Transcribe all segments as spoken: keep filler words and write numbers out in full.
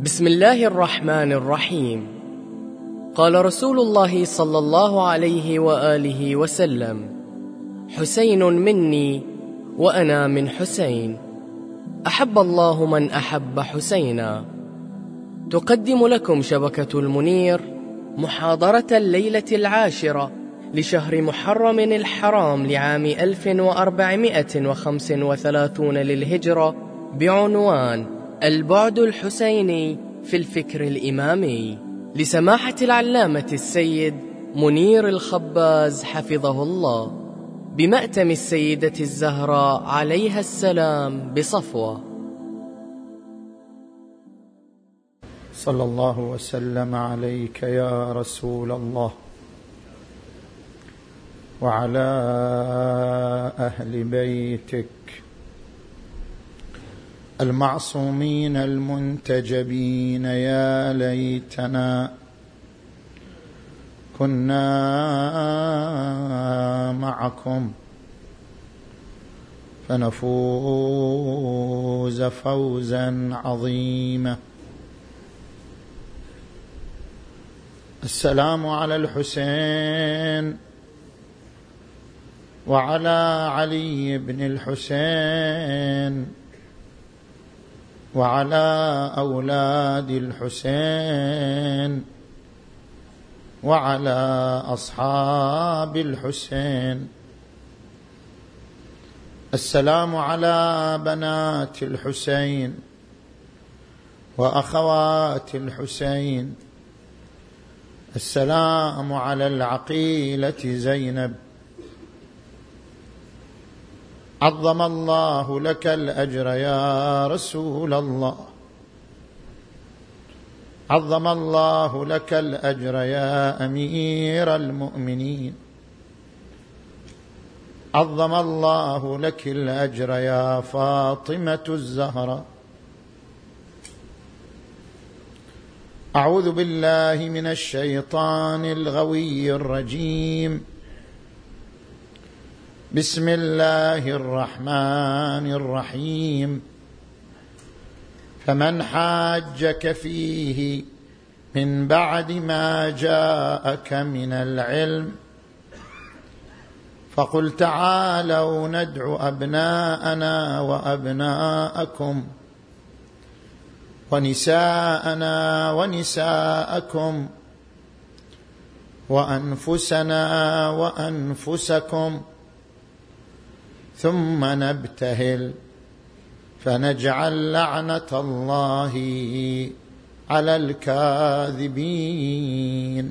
بسم الله الرحمن الرحيم. قال رسول الله صلى الله عليه وآله وسلم: حسين مني وأنا من حسين، أحب الله من أحب حسينا. تقدم لكم شبكة المنير محاضرة الليلة العاشرة لشهر محرم الحرام لعام ألف وأربعمائة وخمس وثلاثين للهجرة بعنوان البعد الحسيني في الفكر الإمامي، لسماحة العلامة السيد منير الخباز حفظه الله، بمأتم السيدة الزهراء عليها السلام بصفوة. صلى الله وسلم عليك يا رسول الله وعلى أهل بيتك المعصومين المنتجبين. يا ليتنا كنا معكم فنفوز فوزا عظيما. السلام على الحسين وعلى علي بن الحسين وعلى أولاد الحسين وعلى أصحاب الحسين. السلام على بنات الحسين وأخوات الحسين. السلام على العقيلة زينب. عظم الله لك الأجر يا رسول الله، عظم الله لك الأجر يا أمير المؤمنين، عظم الله لك الأجر يا فاطمة الزهراء. أعوذ بالله من الشيطان الغوي الرجيم. بسم الله الرحمن الرحيم. فمن حاجك فيه من بعد ما جاءك من العلم فقل تعالوا ندعو أبناءنا وأبناءكم ونساءنا ونساءكم وأنفسنا وأنفسكم ثم نبتهل فنجعل لعنة الله على الكاذبين.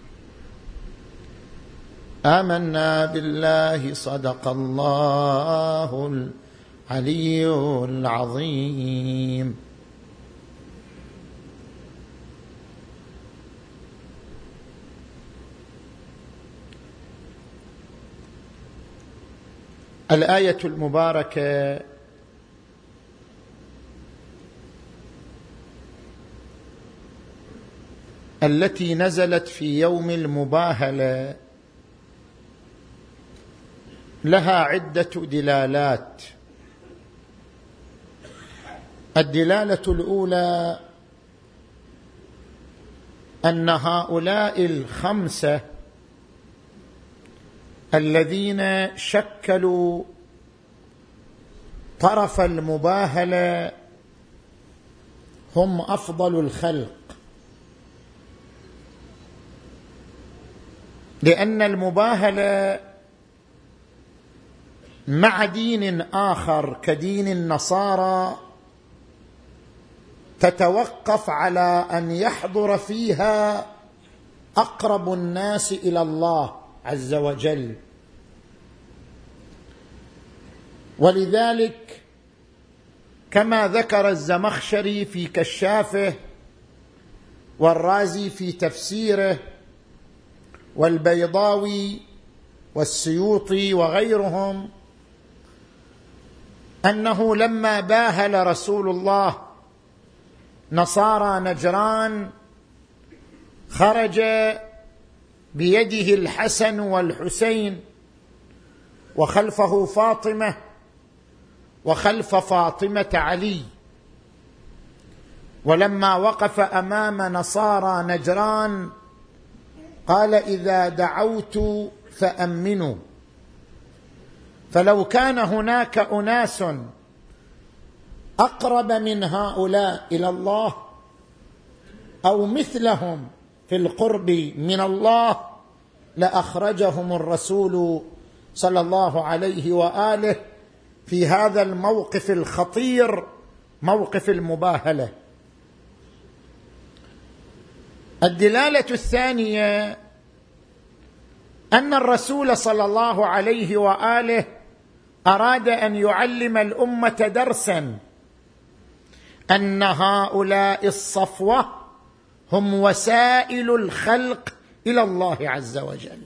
آمنا بالله، صدق الله العلي العظيم. الآية المباركة التي نزلت في يوم المباهلة لها عدة دلالات. الدلالة الأولى أن هؤلاء الخمسة الذين شكلوا طرف المباهلة هم أفضل الخلق، لأن المباهلة مع دين آخر كدين النصارى تتوقف على أن يحضر فيها أقرب الناس إلى الله عز وجل، ولذلك كما ذكر الزمخشري في كشافه والرازي في تفسيره والبيضاوي والسيوطي وغيرهم أنه لما باهل رسول الله نصارى نجران خرج بيده الحسن والحسين وخلفه فاطمة وخلف فاطمة علي، ولما وقف أمام نصارى نجران قال: إذا دعوت فأمنوا. فلو كان هناك أناس أقرب من هؤلاء إلى الله أو مثلهم في القرب من الله لأخرجهم الرسول صلى الله عليه وآله في هذا الموقف الخطير، موقف المباهلة. الدلالة الثانية أن الرسول صلى الله عليه وآله أراد أن يعلم الأمة درسا، أن هؤلاء الصفوة هم وسائل الخلق إلى الله عز وجل.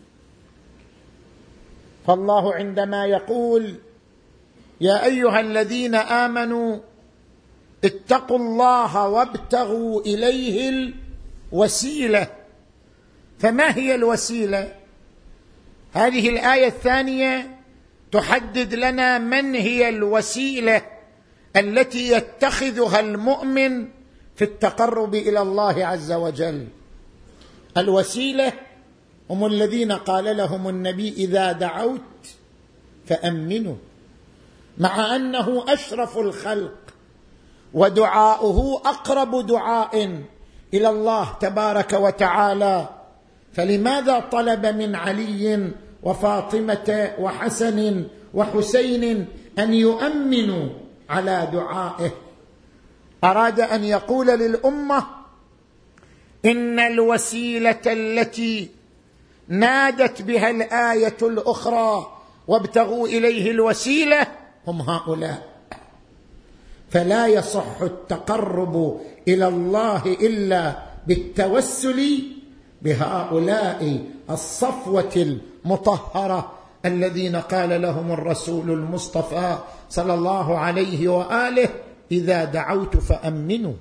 فالله عندما يقول: يا أيها الذين آمنوا اتقوا الله وابتغوا إليه الوسيلة، فما هي الوسيلة؟ هذه الآية الثانية تحدد لنا من هي الوسيلة التي يتخذها المؤمن في التقرب إلى الله عز وجل. الوسيلة هم الذين قال لهم النبي: إذا دعوت فأمنوا، مع أنه أشرف الخلق ودعاؤه أقرب دعاء إلى الله تبارك وتعالى، فلماذا طلب من علي وفاطمة وحسن وحسين أن يؤمنوا على دعائه؟ أراد أن يقول للأمة: إن الوسيلة التي نادت بها الآية الأخرى وابتغوا إليه الوسيلة هم هؤلاء، فلا يصح التقرب إلى الله إلا بالتوسل بهؤلاء الصفوة المطهرة الذين قال لهم الرسول المصطفى صلى الله عليه وآله: إذا دعوت فأمنوا.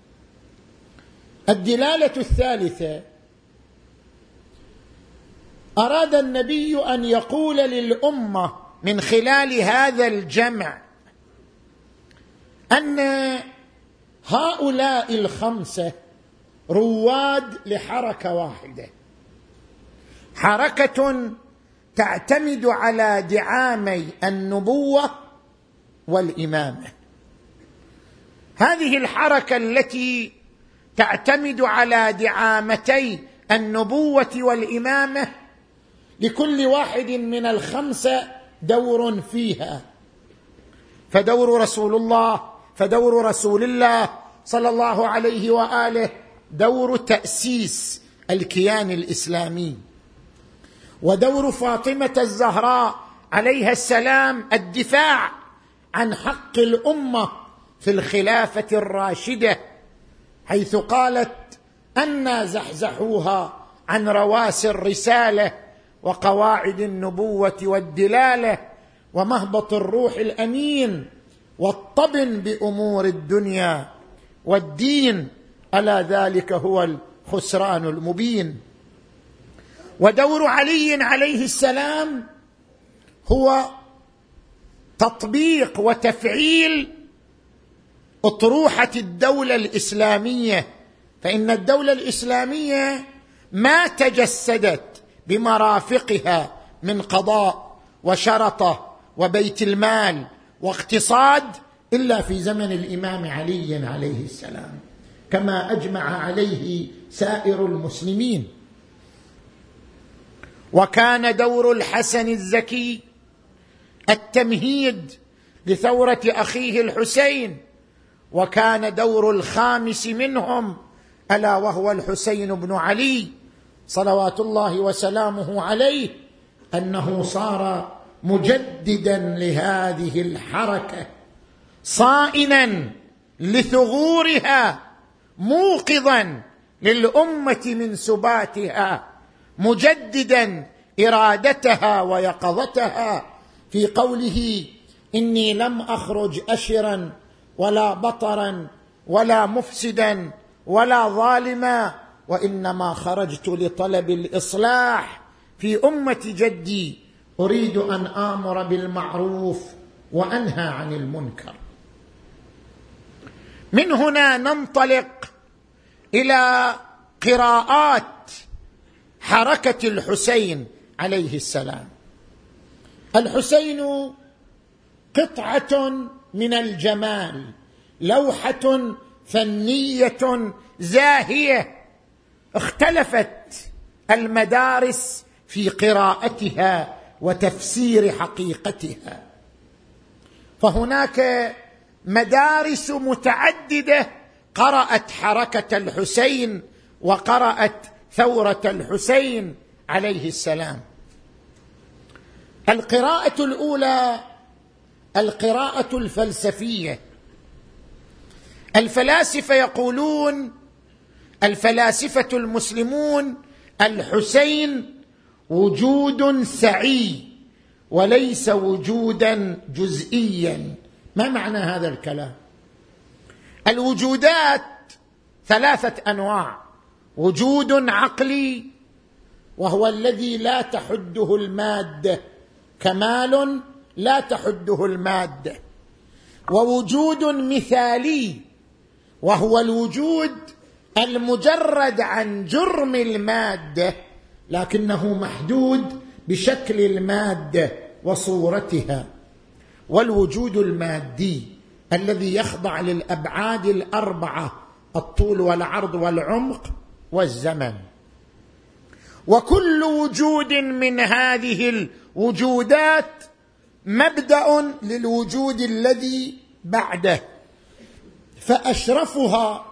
الدلالة الثالثة: أراد النبي أن يقول للأمة من خلال هذا الجمع أن هؤلاء الخمسة رواد لحركة واحدة، حركة تعتمد على دعامي النبوة والإمامة. هذه الحركة التي تعتمد على دعامتي النبوة والإمامة لكل واحد من الخمسة دور فيها، فدور رسول الله فدور رسول الله صلى الله عليه وآله دور تأسيس الكيان الإسلامي، ودور فاطمة الزهراء عليها السلام الدفاع عن حق الأمة في الخلافة الراشدة، حيث قالت: أنا زحزحوها عن رواسي الرسالة وقواعد النبوة والدلالة ومهبط الروح الأمين والطبن بأمور الدنيا والدين، ألا ذلك هو الخسران المبين. ودور علي عليه السلام هو تطبيق وتفعيل أطروحة الدولة الإسلامية، فإن الدولة الإسلامية ما تجسدت بمرافقها من قضاء وشرطة وبيت المال واقتصاد إلا في زمن الإمام علي عليه السلام، كما أجمع عليه سائر المسلمين. وكان دور الحسن الزكي التمهيد لثورة أخيه الحسين، وكان دور الخامس منهم ألا وهو الحسين بن علي صلوات الله وسلامه عليه أنه صار مجددا لهذه الحركة، صائنا لثغورها، موقظا للأمة من سباتها، مجددا إرادتها ويقظتها، في قوله: إني لم أخرج أشرا ولا بطرا ولا مفسدا ولا ظالما، وإنما خرجت لطلب الإصلاح في أمة جدي، أريد أن آمر بالمعروف وأنهى عن المنكر. من هنا ننطلق إلى قراءات حركة الحسين عليه السلام. الحسين قطعة من الجمال، لوحة فنية زاهية، اختلفت المدارس في قراءتها وتفسير حقيقتها، فهناك مدارس متعددة قرأت حركة الحسين وقرأت ثورة الحسين عليه السلام. القراءة الأولى القراءة الفلسفية. الفلاسفة يقولون، الفلاسفة المسلمون، الحسين وجود سعي وليس وجودا جزئيا. ما معنى هذا الكلام؟ الوجودات ثلاثة أنواع: وجود عقلي وهو الذي لا تحده المادة، كمال لا تحده المادة، ووجود مثالي وهو الوجود المجرد عن جرم المادة لكنه محدود بشكل المادة وصورتها، والوجود المادي الذي يخضع للأبعاد الأربعة: الطول والعرض والعمق والزمن. وكل وجود من هذه الوجودات مبدأ للوجود الذي بعده، فأشرفها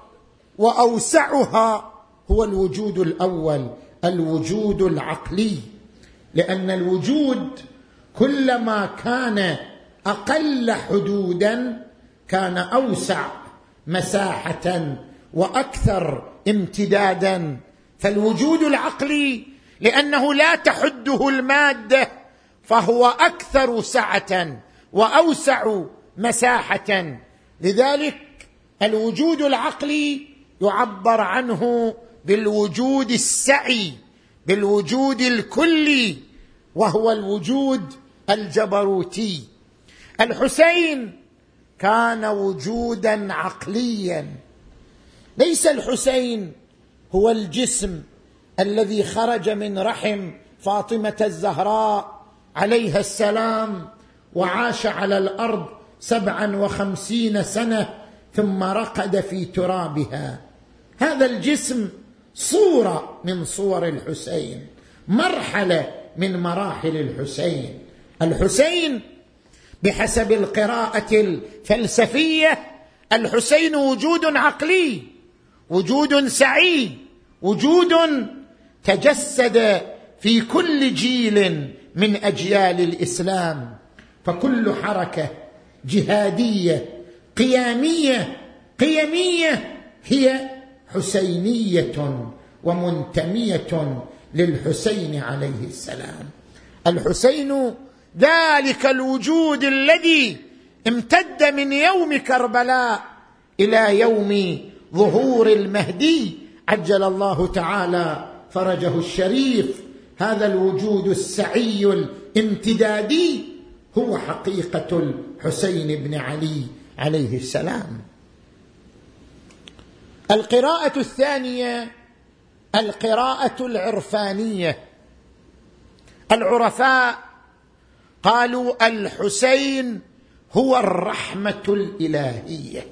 وأوسعها هو الوجود الأول، الوجود العقلي، لأن الوجود كلما كان أقل حدودا كان أوسع مساحة وأكثر امتدادا. فالوجود العقلي لأنه لا تحده المادة فهو أكثر سعة وأوسع مساحة، لذلك الوجود العقلي يعبر عنه بالوجود السعي، بالوجود الكلي، وهو الوجود الجبروتي. الحسين كان وجودا عقليا، ليس الحسين هو الجسم الذي خرج من رحم فاطمة الزهراء عليها السلام وعاش على الأرض سبعا وخمسين سنة ثم رقد في ترابها. هذا الجسم صورة من صور الحسين، مرحلة من مراحل الحسين. الحسين بحسب القراءة الفلسفية الحسين وجود عقلي، وجود سعي، وجود تجسد في كل جيل من أجيال الإسلام. فكل حركة جهادية قيامية قيمية هي حسينية ومنتمية للحسين عليه السلام. الحسين ذلك الوجود الذي امتد من يوم كربلاء إلى يوم ظهور المهدي عجل الله تعالى فرجه الشريف. هذا الوجود السعي الامتدادي هو حقيقة الحسين بن علي عليه السلام. القراءة الثانية القراءة العرفانية. العرفاء قالوا الحسين هو الرحمة الإلهية.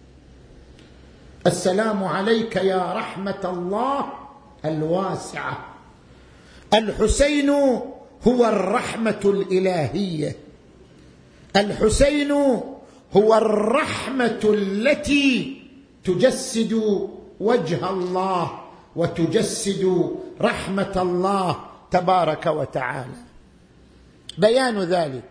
السلام عليك يا رحمة الله الواسعة. الحسين هو الرحمة الإلهية. الحسين هو الرحمة التي تجسد وجه الله وتجسد رحمة الله تبارك وتعالى. بيان ذلك: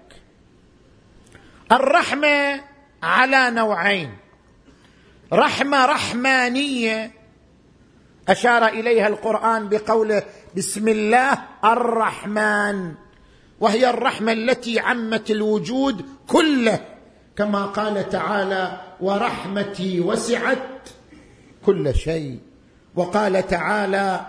الرحمة على نوعين: رحمة رحمانية أشار إليها القرآن بقوله بسم الله الرحمن، وهي الرحمة التي عمت الوجود كله، كما قال تعالى ورحمتي وسعت كل شيء. وقال تعالى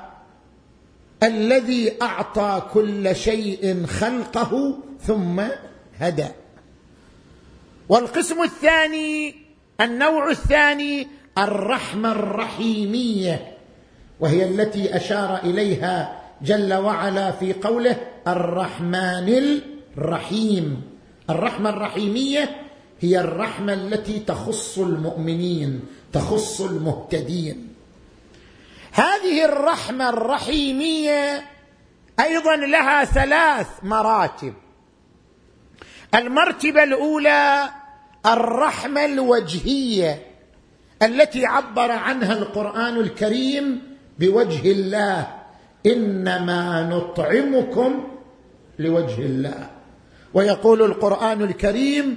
الذي أعطى كل شيء خلقه ثم هدى. والقسم الثاني النوع الثاني الرحمة الرحيمية، وهي التي أشار إليها جل وعلا في قوله الرحمن الرحيم. الرحمة الرحيمية هي الرحمة التي تخص المؤمنين، تخص المهتدين. هذه الرحمة الرحيمية أيضا لها ثلاث مراتب. المرتبة الأولى الرحمة الوجهية التي عبر عنها القرآن الكريم بوجه الله، إنما نطعمكم لوجه الله. ويقول القرآن الكريم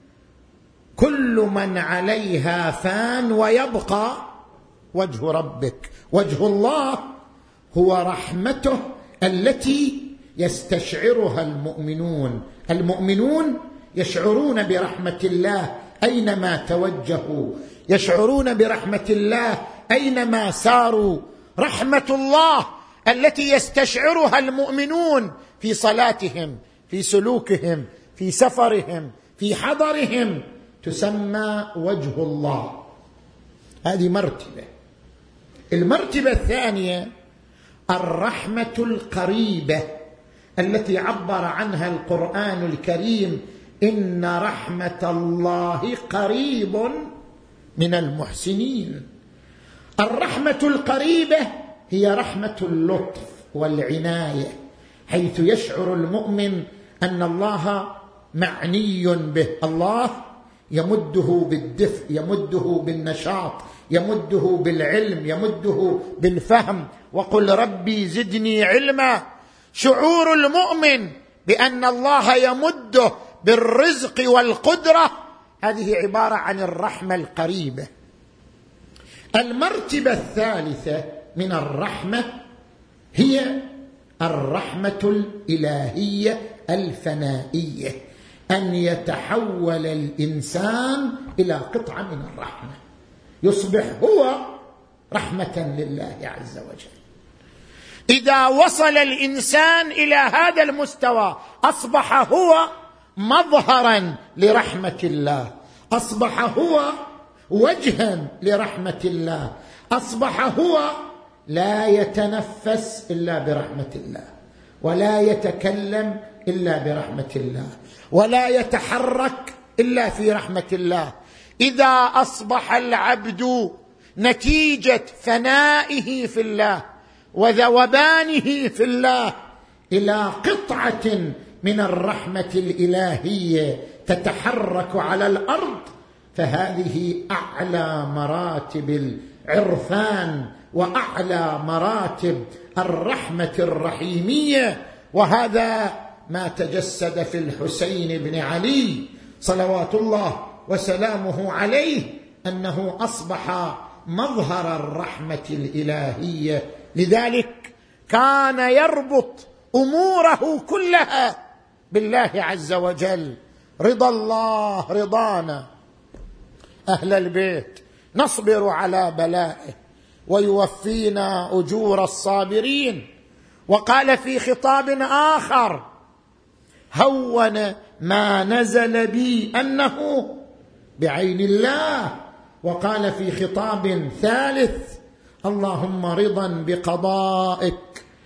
كل من عليها فان ويبقى وجه ربك. وجه الله هو رحمته التي يستشعرها المؤمنون. المؤمنون يشعرون برحمة الله أينما توجهوا، يشعرون برحمة الله أينما ساروا. رحمة الله التي يستشعرها المؤمنون في صلاتهم، في سلوكهم، في سفرهم، في حضرهم، تسمى وجه الله. هذه مرتبة. المرتبة الثانية الرحمة القريبة التي عبر عنها القرآن الكريم إن رحمة الله قريب من المحسنين. الرحمة القريبة هي رحمة اللطف والعناية، حيث يشعر المؤمن أن الله معني به. الله يمده بالدفء، يمده بالنشاط، يمده بالعلم، يمده بالفهم. وقل ربي زدني علما. شعور المؤمن بأن الله يمده بالرزق والقدرة، هذه عبارة عن الرحمة القريبة. المرتبة الثالثة من الرحمة هي الرحمة الإلهية الفنائية، أن يتحول الإنسان إلى قطعة من الرحمة، يصبح هو رحمة لله عز وجل. إذا وصل الإنسان إلى هذا المستوى أصبح هو مظهرا لرحمة الله، أصبح هو وجها لرحمة الله، أصبح هو لا يتنفس إلا برحمة الله، ولا يتكلم إلا برحمة الله، ولا يتحرك إلا في رحمة الله. إذا أصبح العبد نتيجة فنائه في الله وذوبانه في الله إلى قطعة من الرحمة الإلهية تتحرك على الأرض، فهذه أعلى مراتب العرفان وأعلى مراتب الرحمة الرحيمية. وهذا ما تجسد في الحسين بن علي صلوات الله وسلامه عليه، أنه أصبح مظهر الرحمة الإلهية. لذلك كان يربط أموره كلها بالله عز وجل. رضا الله رضانا، أهل البيت نصبر على بلائه ويوفينا أجور الصابرين. وقال في خطاب آخر هون ما نزل بي أنه بعين الله. وقال في خطاب ثالث اللهم رضا بقضائك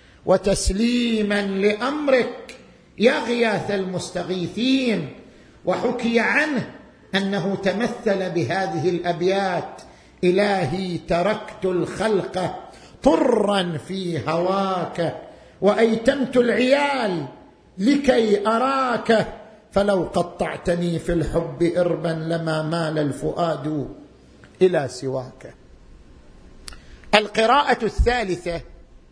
وتسليما لأمرك يا غياث المستغيثين. وحكي عنه أنه تمثل بهذه الأبيات إلهي تركت الخلق طرا في هواك وأيتمت العيال لكي أراك فلو قطعتني في الحب إربا لما مال الفؤاد إلى سواك. القراءة الثالثة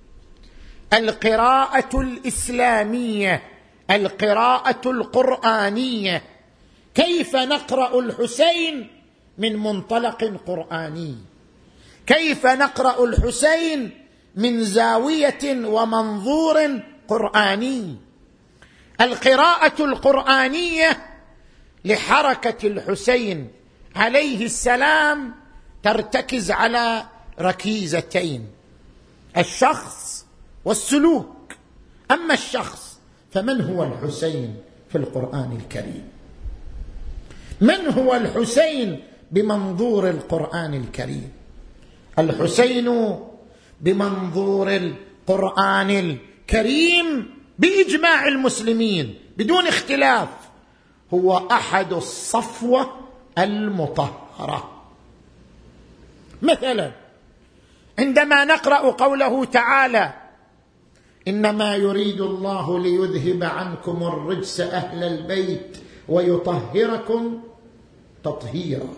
القراءة الإسلامية، القراءة القرآنية. كيف نقرأ الحسين من منطلق قرآني؟ كيف نقرأ الحسين من زاوية ومنظور قرآني؟ القراءة القرآنية لحركة الحسين عليه السلام ترتكز على ركيزتين: الشخص والسلوك. أما الشخص فمن هو الحسين في القرآن الكريم؟ من هو الحسين بمنظور القرآن الكريم، الحسين بمنظور القرآن الكريم بإجماع المسلمين بدون اختلاف هو أحد الصفوة المطهرة. مثلا عندما نقرأ قوله تعالى: إنما يريد الله ليذهب عنكم الرجس أهل البيت ويطهركم تطهيرا،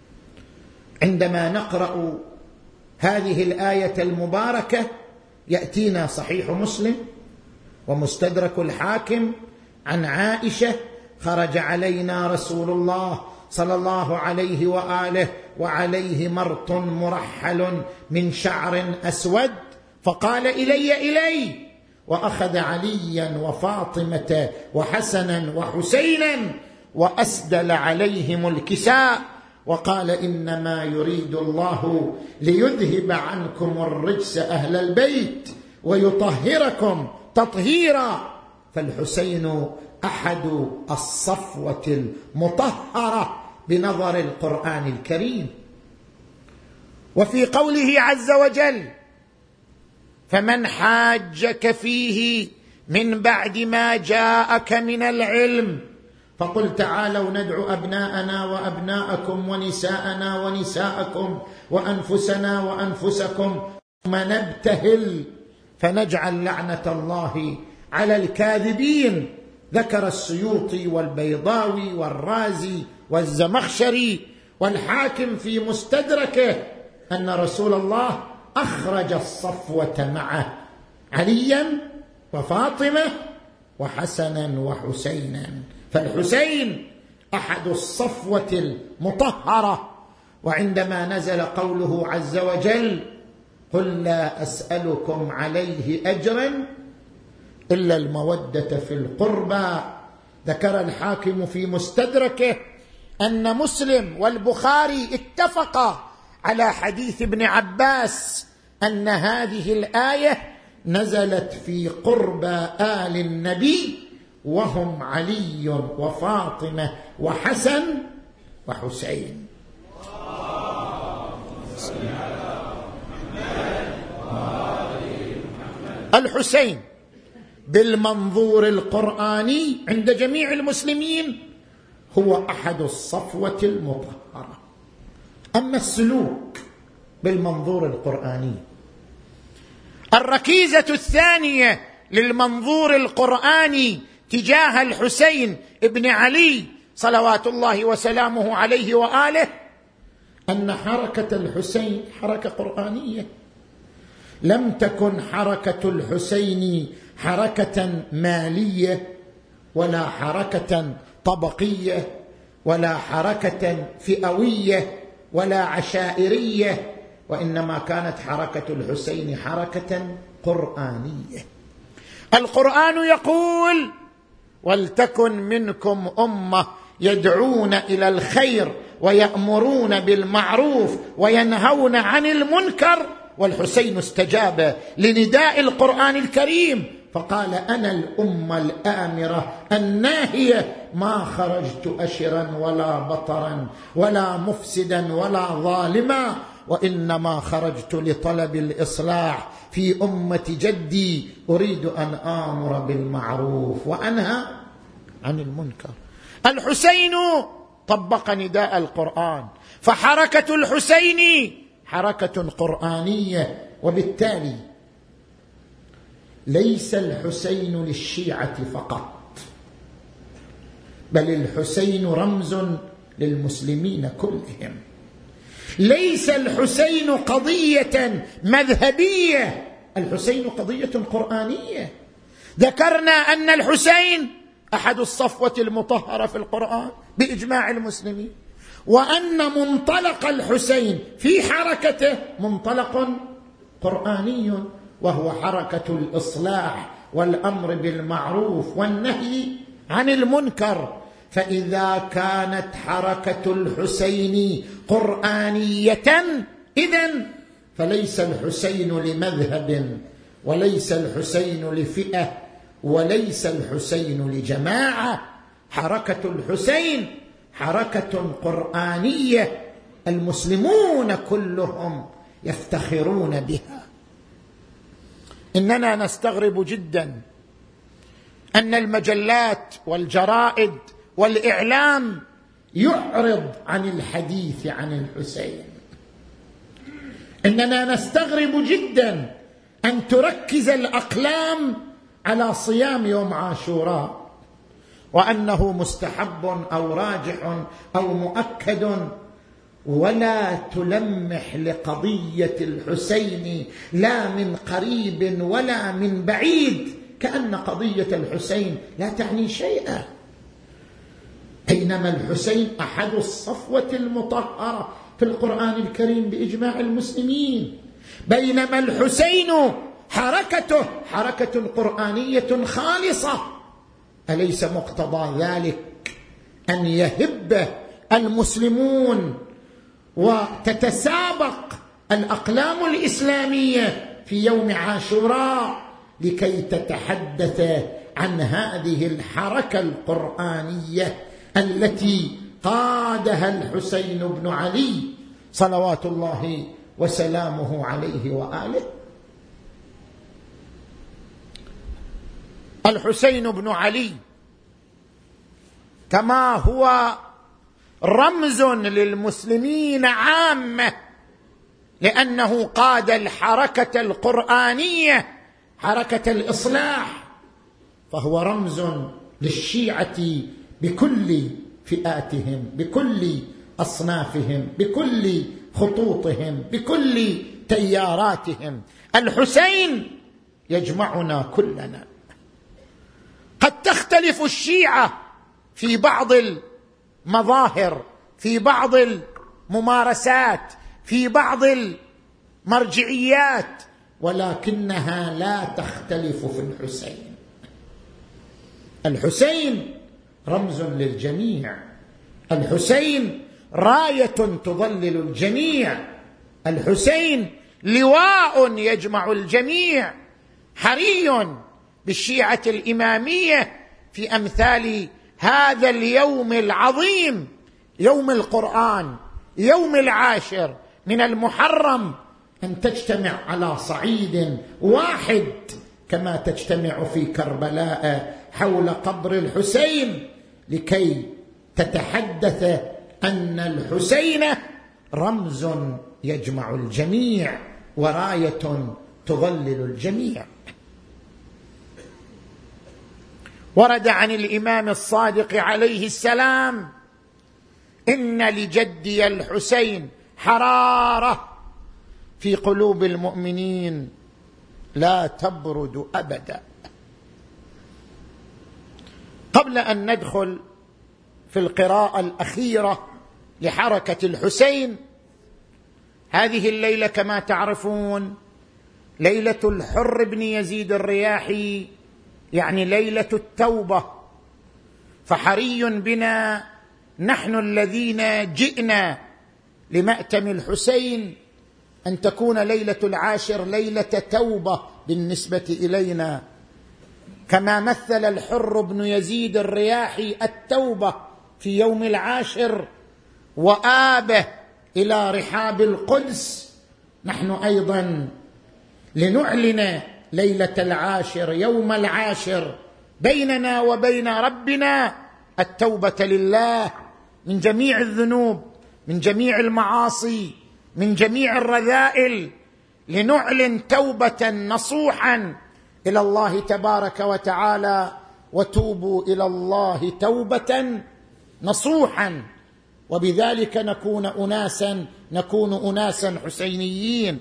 عندما نقرأ هذه الآية المباركة يأتينا صحيح مسلم ومستدرك الحاكم عن عائشة: خرج علينا رسول الله صلى الله عليه وآله وعليه مرط مرحل من شعر أسود فقال: إلي إلي، وأخذ عليا وفاطمة وحسنا وحسينا وأسدل عليهم الكساء وقال: إنما يريد الله ليذهب عنكم الرجس أهل البيت ويطهركم تطهيرا. فالحسين أحد الصفوة المطهرة بنظر القرآن الكريم. وفي قوله عز وجل: فمن حاجك فيه من بعد ما جاءك من العلم فقل تعالوا ندعو أبناءنا وأبناءكم ونساءنا ونساءكم وأنفسنا وأنفسكم ثم نبتهل فنجعل لعنة الله على الكاذبين. ذكر السيوطي والبيضاوي والرازي والزمخشري والحاكم في مستدركه أن رسول الله أخرج الصفوة معه عليا وفاطمة وحسنا وحسينا. فالحسين أحد الصفوة المطهرة. وعندما نزل قوله عز وجل: قل لا أسألكم عليه أجرا إلا المودة في القربى، ذكر الحاكم في مستدركه أن مسلم والبخاري اتفقا على حديث ابن عباس أن هذه الآية نزلت في قربى آل النبي وهم علي وفاطمة وحسن وحسين. الحسين بالمنظور القرآني عند جميع المسلمين هو أحد الصفوة المطهرة. أما السلوك بالمنظور القرآني، الركيزة الثانية للمنظور القرآني تجاه الحسين ابن علي صلوات الله وسلامه عليه وآله أن حركة الحسين حركة قرآنية، لم تكن حركة الحسين حركة مالية ولا حركة طبقية ولا حركة فئوية ولا عشائرية، وإنما كانت حركة الحسين حركة قرآنية. القرآن يقول: ولتكن منكم أمة يدعون إلى الخير ويأمرون بالمعروف وينهون عن المنكر. والحسين استجاب لنداء القرآن الكريم فقال: أنا الأمة الآمرة الناهية، ما خرجت أشرا ولا بطرا ولا مفسدا ولا ظالما، وإنما خرجت لطلب الإصلاح في أمة جدي، أريد أن آمر بالمعروف وأنهى عن المنكر. الحسين طبق نداء القرآن، فحركة الحسين حركة قرآنية. وبالتالي ليس الحسين للشيعة فقط، بل الحسين رمز للمسلمين كلهم. ليس الحسين قضية مذهبية، الحسين قضية قرآنية. ذكرنا أن الحسين أحد الصفوة المطهرة في القرآن بإجماع المسلمين، وأن منطلق الحسين في حركته منطلق قرآني، وهو حركة الإصلاح والأمر بالمعروف والنهي عن المنكر. فإذا كانت حركة الحسين قرآنية إذن فليس الحسين لمذهب وليس الحسين لفئة وليس الحسين لجماعة. حركة الحسين حركة قرآنية المسلمون كلهم يفتخرون بها. إننا نستغرب جدا أن المجلات والجرائد والإعلام يعرض عن الحديث عن الحسين. إننا نستغرب جدا أن تركز الأقلام على صيام يوم عاشوراء وأنه مستحب أو راجح أو مؤكد، ولا تلمح لقضية الحسين لا من قريب ولا من بعيد، كأن قضية الحسين لا تعني شيئا، بينما الحسين أحد الصفوة المطهرة في القرآن الكريم بإجماع المسلمين، بينما الحسين حركته حركة قرآنية خالصة. أليس مقتضى ذلك أن يهب المسلمون وتتسابق الأقلام الإسلامية في يوم عاشوراء لكي تتحدث عن هذه الحركة القرآنية التي قادها الحسين بن علي صلوات الله وسلامه عليه وآله؟ الحسين بن علي كما هو رمز للمسلمين عامة لأنه قاد الحركة القرآنية، حركة الإصلاح، فهو رمز للشيعة بكل فئاتهم، بكل أصنافهم، بكل خطوطهم، بكل تياراتهم. الحسين يجمعنا كلنا. قد تختلف الشيعة في بعض المظاهر، في بعض الممارسات، في بعض المرجعيات، ولكنها لا تختلف في الحسين. الحسين رمز للجميع، الحسين راية تظلل الجميع، الحسين لواء يجمع الجميع. حري بالشيعة الإمامية في أمثال هذا اليوم العظيم، يوم القرآن، يوم العاشر من المحرم، أن تجتمع على صعيد واحد كما تجتمع في كربلاء حول قبر الحسين لكي تتحدث أن الحسين رمز يجمع الجميع وراية تظلل الجميع. ورد عن الإمام الصادق عليه السلام: إن لجدي الحسين حرارة في قلوب المؤمنين لا تبرد أبدا. قبل أن ندخل في القراءة الأخيرة لحركة الحسين، هذه الليلة كما تعرفون ليلة الحر بن يزيد الرياحي، يعني ليلة التوبة، فحري بنا نحن الذين جئنا لمأتم الحسين أن تكون ليلة العاشر ليلة توبة بالنسبة إلينا، كما مثل الحر بن يزيد الرياحي التوبة في يوم العاشر وآبه إلى رحاب القدس. نحن أيضا لنعلن ليلة العاشر، يوم العاشر، بيننا وبين ربنا التوبة لله من جميع الذنوب، من جميع المعاصي، من جميع الرذائل، لنعلن توبة نصوحا إلى الله تبارك وتعالى: وتوبوا إلى الله توبة نصوحا، وبذلك نكون أناسا نكون أناسا حسينيين.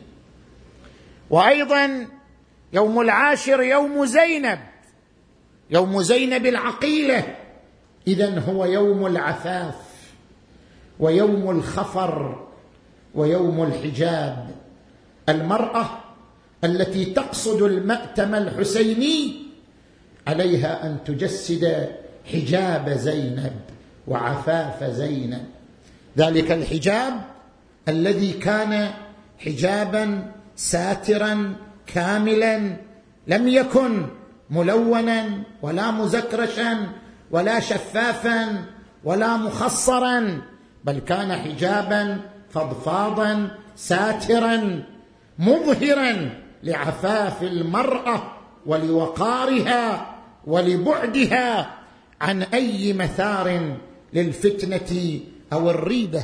وأيضا يوم العاشر يوم زينب، يوم زينب العقيلة، إذن هو يوم العفاف ويوم الخفر ويوم الحجاب. المرأة التي تقصد المأتم الحسيني عليها أن تجسد حجاب زينب وعفاف زينب، ذلك الحجاب الذي كان حجابا ساترا كاملا، لم يكن ملونا ولا مزكرشا ولا شفافا ولا مخصرا، بل كان حجابا فضفاضا ساترا مظهرا لعفاف المرأة ولوقارها ولبعدها عن أي مثار للفتنة أو الريبة.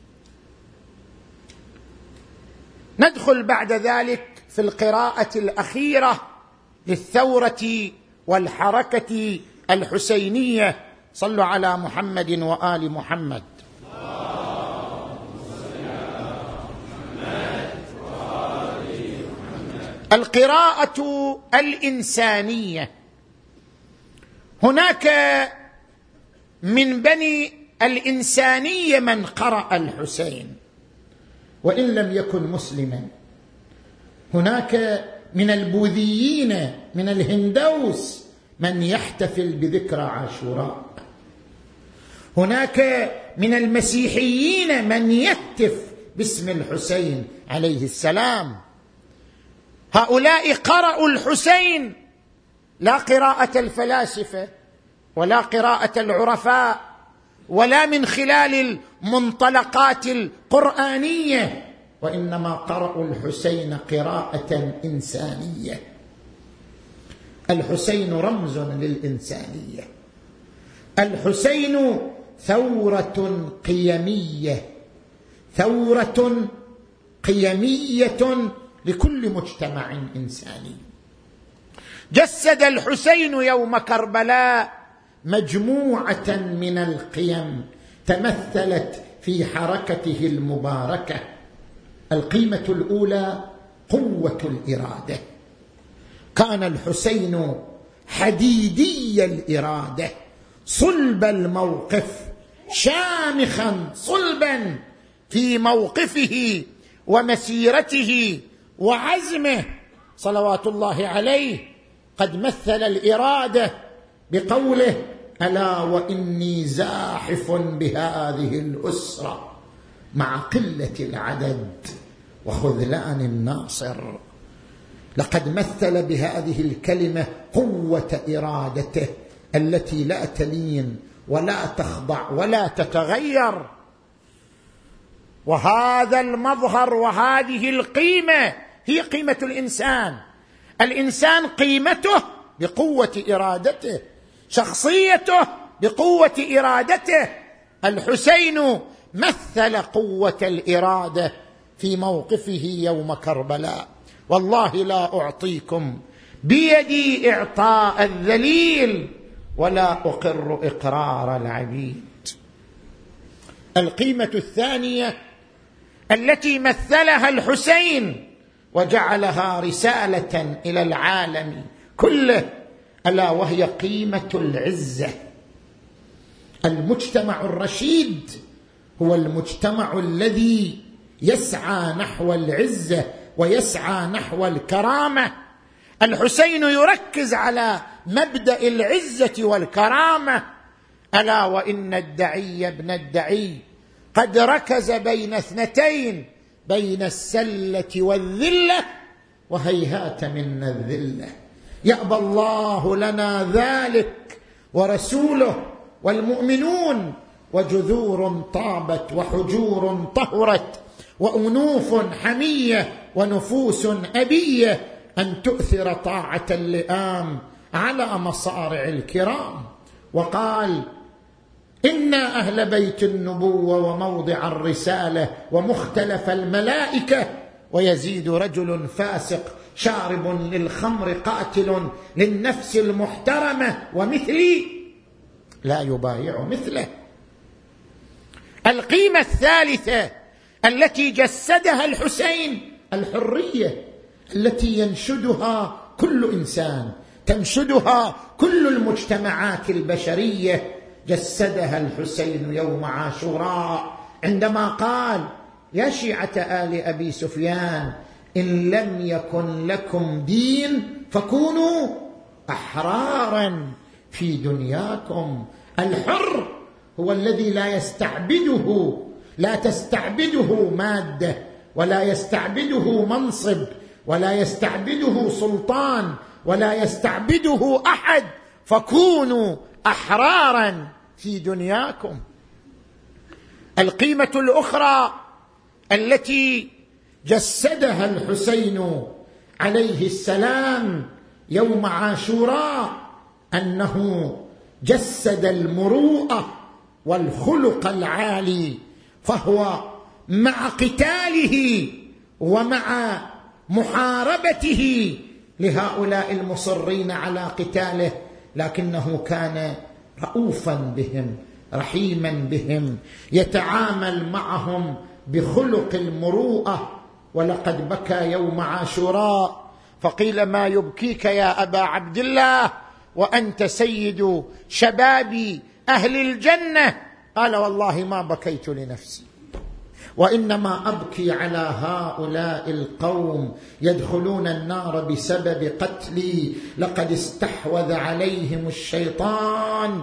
ندخل بعد ذلك في القراءة الأخيرة للثورة والحركة الحسينية. صلوا على محمد وآل محمد. القراءة الإنسانية. هناك من بني الإنسانية من قرأ الحسين وإن لم يكن مسلما. هناك من البوذيين من الهندوس من يحتفل بذكرى عاشوراء. هناك من المسيحيين من يهتف باسم الحسين عليه السلام. هؤلاء قرأوا الحسين لا قراءة الفلاسفة ولا قراءة العرفاء ولا من خلال المنطلقات القرآنية، وإنما قرأوا الحسين قراءة إنسانية. الحسين رمز للإنسانية. الحسين ثورة قيمية، ثورة قيمية لكل مجتمع إنساني. جسد الحسين يوم كربلاء مجموعة من القيم تمثلت في حركته المباركة. القيمة الأولى قوة الإرادة. كان الحسين حديدي الإرادة، صلب الموقف، شامخا صلبا في موقفه ومسيرته وعزمه صلوات الله عليه. قد مثل الإرادة بقوله: ألا وإني زاحف بهذه الأسرة مع قلة العدد وخذلان الناصر. لقد مثل بهذه الكلمة قوة إرادته التي لا تلين ولا تخضع ولا تتغير. وهذا المظهر وهذه القيمة هي قيمة الإنسان. الإنسان قيمته بقوة إرادته، شخصيته بقوة إرادته. الحسين مثل قوة الإرادة في موقفه يوم كربلاء. والله لا أعطيكم بيدي إعطاء الذليل ولا أقر إقرار العبيد. القيمة الثانية التي مثلها الحسين وجعلها رسالة إلى العالم كله، ألا وهي قيمة العزة. المجتمع الرشيد هو المجتمع الذي يسعى نحو العزة ويسعى نحو الكرامة. الحسين يركز على مبدأ العزة والكرامة. ألا وإن الدعي ابن الدعي قد ركز بين اثنتين، بين السلة والذلة، وهيهات منا الذلة. يأبى الله لنا ذلك ورسوله والمؤمنون، وجذور طابت وحجور طهرت وأنوف حمية ونفوس أبية أن تؤثر طاعة اللئام على مصارع الكرام. وقال: إنا أهل بيت النبوة وموضع الرسالة ومختلف الملائكة، ويزيد رجل فاسق شارب للخمر قاتل للنفس المحترمة ومثلي لا يبايع مثله. القيمة الثالثة التي جسدها الحسين الحرية التي ينشدها كل إنسان، تنشدها كل المجتمعات البشرية. جسدها الحسين يوم عاشوراء عندما قال: يا شيعة آل أبي سفيان، إن لم يكن لكم دين فكونوا أحرارا في دنياكم. الحر هو الذي لا يستعبده، لا تستعبده مادة، ولا يستعبده منصب، ولا يستعبده سلطان، ولا يستعبده أحد. فكونوا أحرارا في دنياكم. القيمة الأخرى التي جسدها الحسين عليه السلام يوم عاشوراء أنه جسد المروءة والخلق العالي، فهو مع قتاله ومع محاربته لهؤلاء المصرين على قتاله، لكنه كان رؤوفا بهم رحيما بهم، يتعامل معهم بخلق المروءة. ولقد بكى يوم عاشوراء فقيل: ما يبكيك يا أبا عبد الله وأنت سيد شباب أهل الجنة؟ قال: والله ما بكيت لنفسي، وإنما أبكي على هؤلاء القوم يدخلون النار بسبب قتلي، لقد استحوذ عليهم الشيطان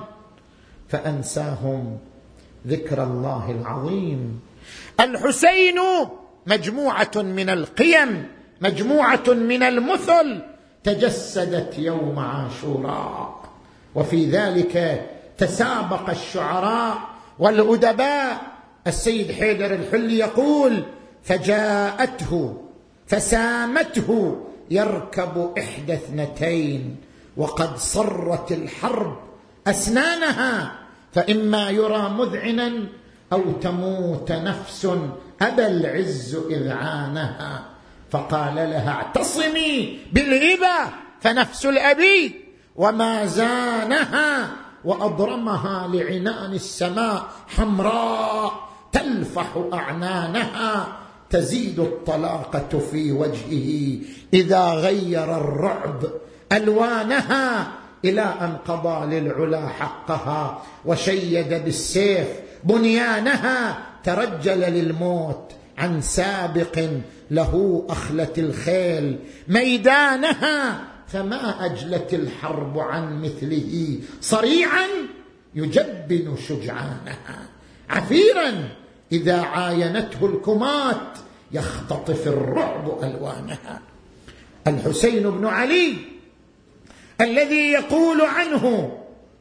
فأنساهم ذكر الله العظيم. الحسين مجموعة من القيم، مجموعة من المثل تجسدت يوم عاشوراء، وفي ذلك تسابق الشعراء والأدباء. السيد حيدر الحلي يقول: فجاءته فسامته يركب إحدى اثنتين، وقد صرت الحرب أسنانها، فإما يرى مذعنا أو تموت نفس أبى العز إذعانها، فقال لها: اعتصمي بالهبة فنفس الأبي، وما زانها وأضرمها لعنان السماء حمراء تلفح أعنانها، تزيد الطلاقة في وجهه إذا غير الرعب ألوانها، إلى أن قضى للعلا حقها وشيد بالسيف بنيانها، ترجل للموت عن سابق له أخلت الخيل ميدانها، فما أجلت الحرب عن مثله صريعا يجبن شجعانها، عفيرا إذا عاينته الكمات يختطف الرعب ألوانها. الحسين بن علي الذي يقول عنه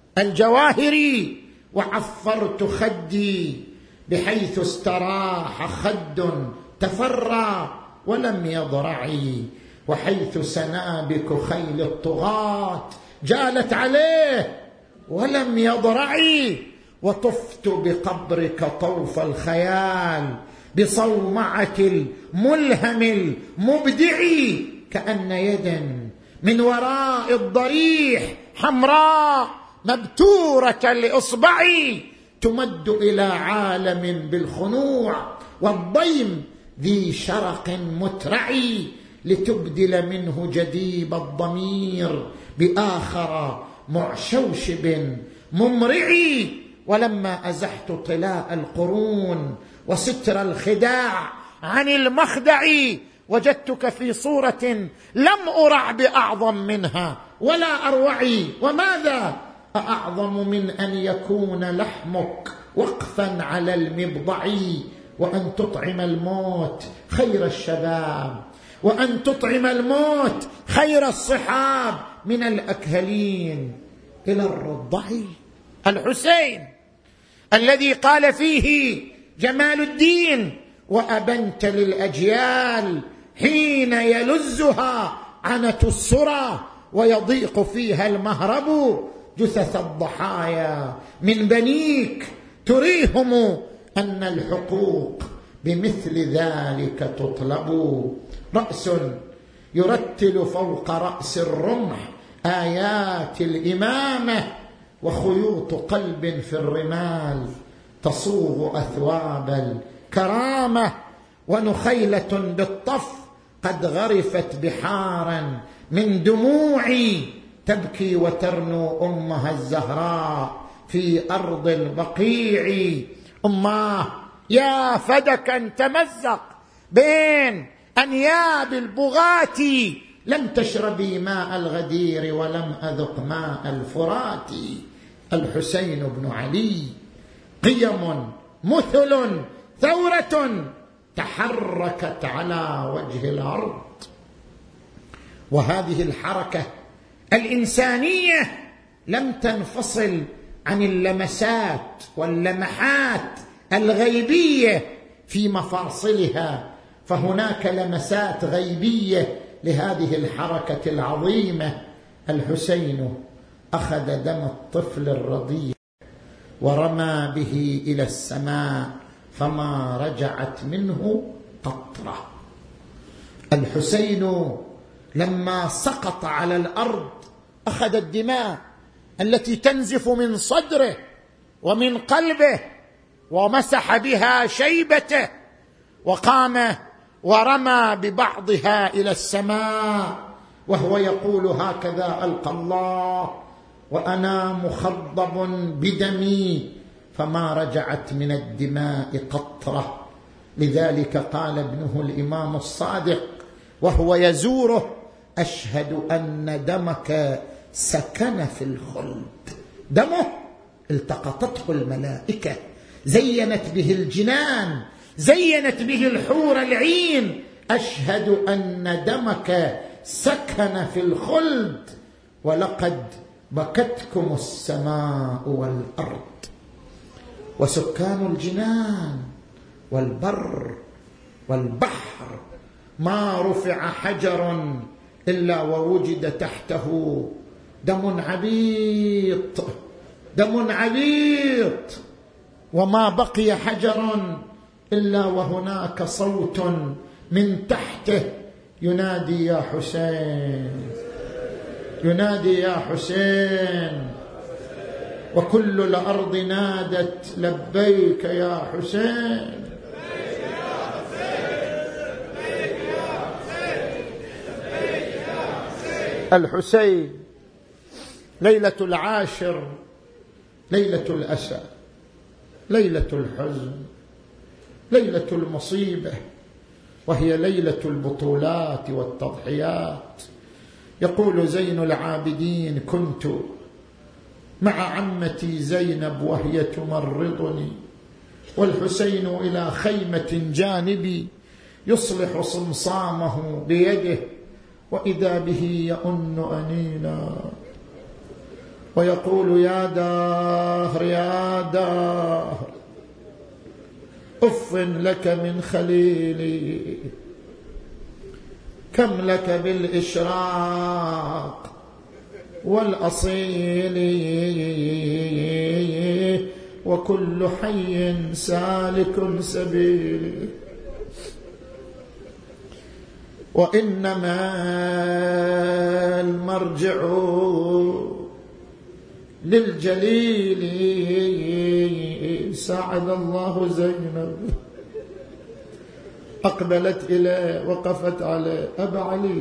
الجواهري: وعفرت خدي بحيث استراح خد تفرى ولم يضرعي، وحيث سنابك خيل الطغاة جالت عليه ولم يضرعي، وطفت بقبرك طوف الخيال بصومعة الملهم المبدع، كأن يدا من وراء الضريح حمراء مبتورة لإصبعي تمد إلى عالم بالخنوع والضيم ذي شرق مترعي، لتبدل منه جديب الضمير بآخر معشوشب ممرعي. ولما أزحت طلاء القرون وستر الخداع عن المخدع، وجدتك في صورة لم أرع بأعظم منها ولا أروعي. وماذا أعظم من أن يكون لحمك وقفا على المبضع، وأن تطعم الموت خير الشباب، وأن تطعم الموت خير الصحاب من الأكهلين إلى الرضع. الحسين الذي قال فيه جمال الدين: وأبنت للأجيال حين يلزها عنة السرى ويضيق فيها المهرب، جثث الضحايا من بنيك تريهم أن الحقوق بمثل ذلك تطلب. رأس يرتل فوق رأس الرمح آيات الإمامة، وخيوط قلب في الرمال تصوغ أثواب الكرامة، ونخيلة بالطف قد غرفت بحارا من دموعي، تبكي وترنو أمها الزهراء في أرض البقيع. أماه يا فدكا تمزق بين أنياب البغاة، لم تشربي ماء الغدير ولم أذق ماء الفرات. الحسين بن علي قيم، مثل، ثورة تحركت على وجه الأرض، وهذه الحركة الإنسانية لم تنفصل عن اللمسات واللمحات الغيبية في مفاصلها، فهناك لمسات غيبية لهذه الحركة العظيمة. الحسين أخذ دم الطفل الرضيع ورمى به إلى السماء فما رجعت منه قطرة. الحسين لما سقط على الأرض أخذ الدماء التي تنزف من صدره ومن قلبه ومسح بها شيبته، وقام ورمى ببعضها إلى السماء وهو يقول: هكذا ألقى الله وأنا مخضب بدمي، فما رجعت من الدماء قطرة. لذلك قال ابنه الإمام الصادق وهو يزوره: أشهد أن دمك سكن في الخلد. دمه التقطته الملائكة، زينت به الجنان، زينت به الحور العين. أشهد أن دمك سكن في الخلد، ولقد بكتكم السماء والأرض. وسكان الجنان والبر والبحر ما رفع حجر إلا ووجد تحته دم عبيط، دم عبيط، وما بقي حجر إلا وهناك صوت من تحته ينادي: يا حسين، ينادي: يا حسين. وكل الأرض نادت: لبيك يا حسين. الحسين ليلة العاشر ليلة الأسى، ليلة الحزن، ليلة المصيبة، وهي ليلة البطولات والتضحيات. يقول زين العابدين: كنت مع عمتي زينب وهي تمرضني، والحسين إلى خيمة جانبي يصلح صمصامه بيده، وإذا به يؤن أنينا ويقول: يا دهر يا دهر، أف لك من خليلي، كم لك بالإشراق والأصيل، وكل حي سالك سبيل، وإنما المرجع للجليل. ساعد الله زينب، أقبلت إليه وقفت عليه: أبا علي،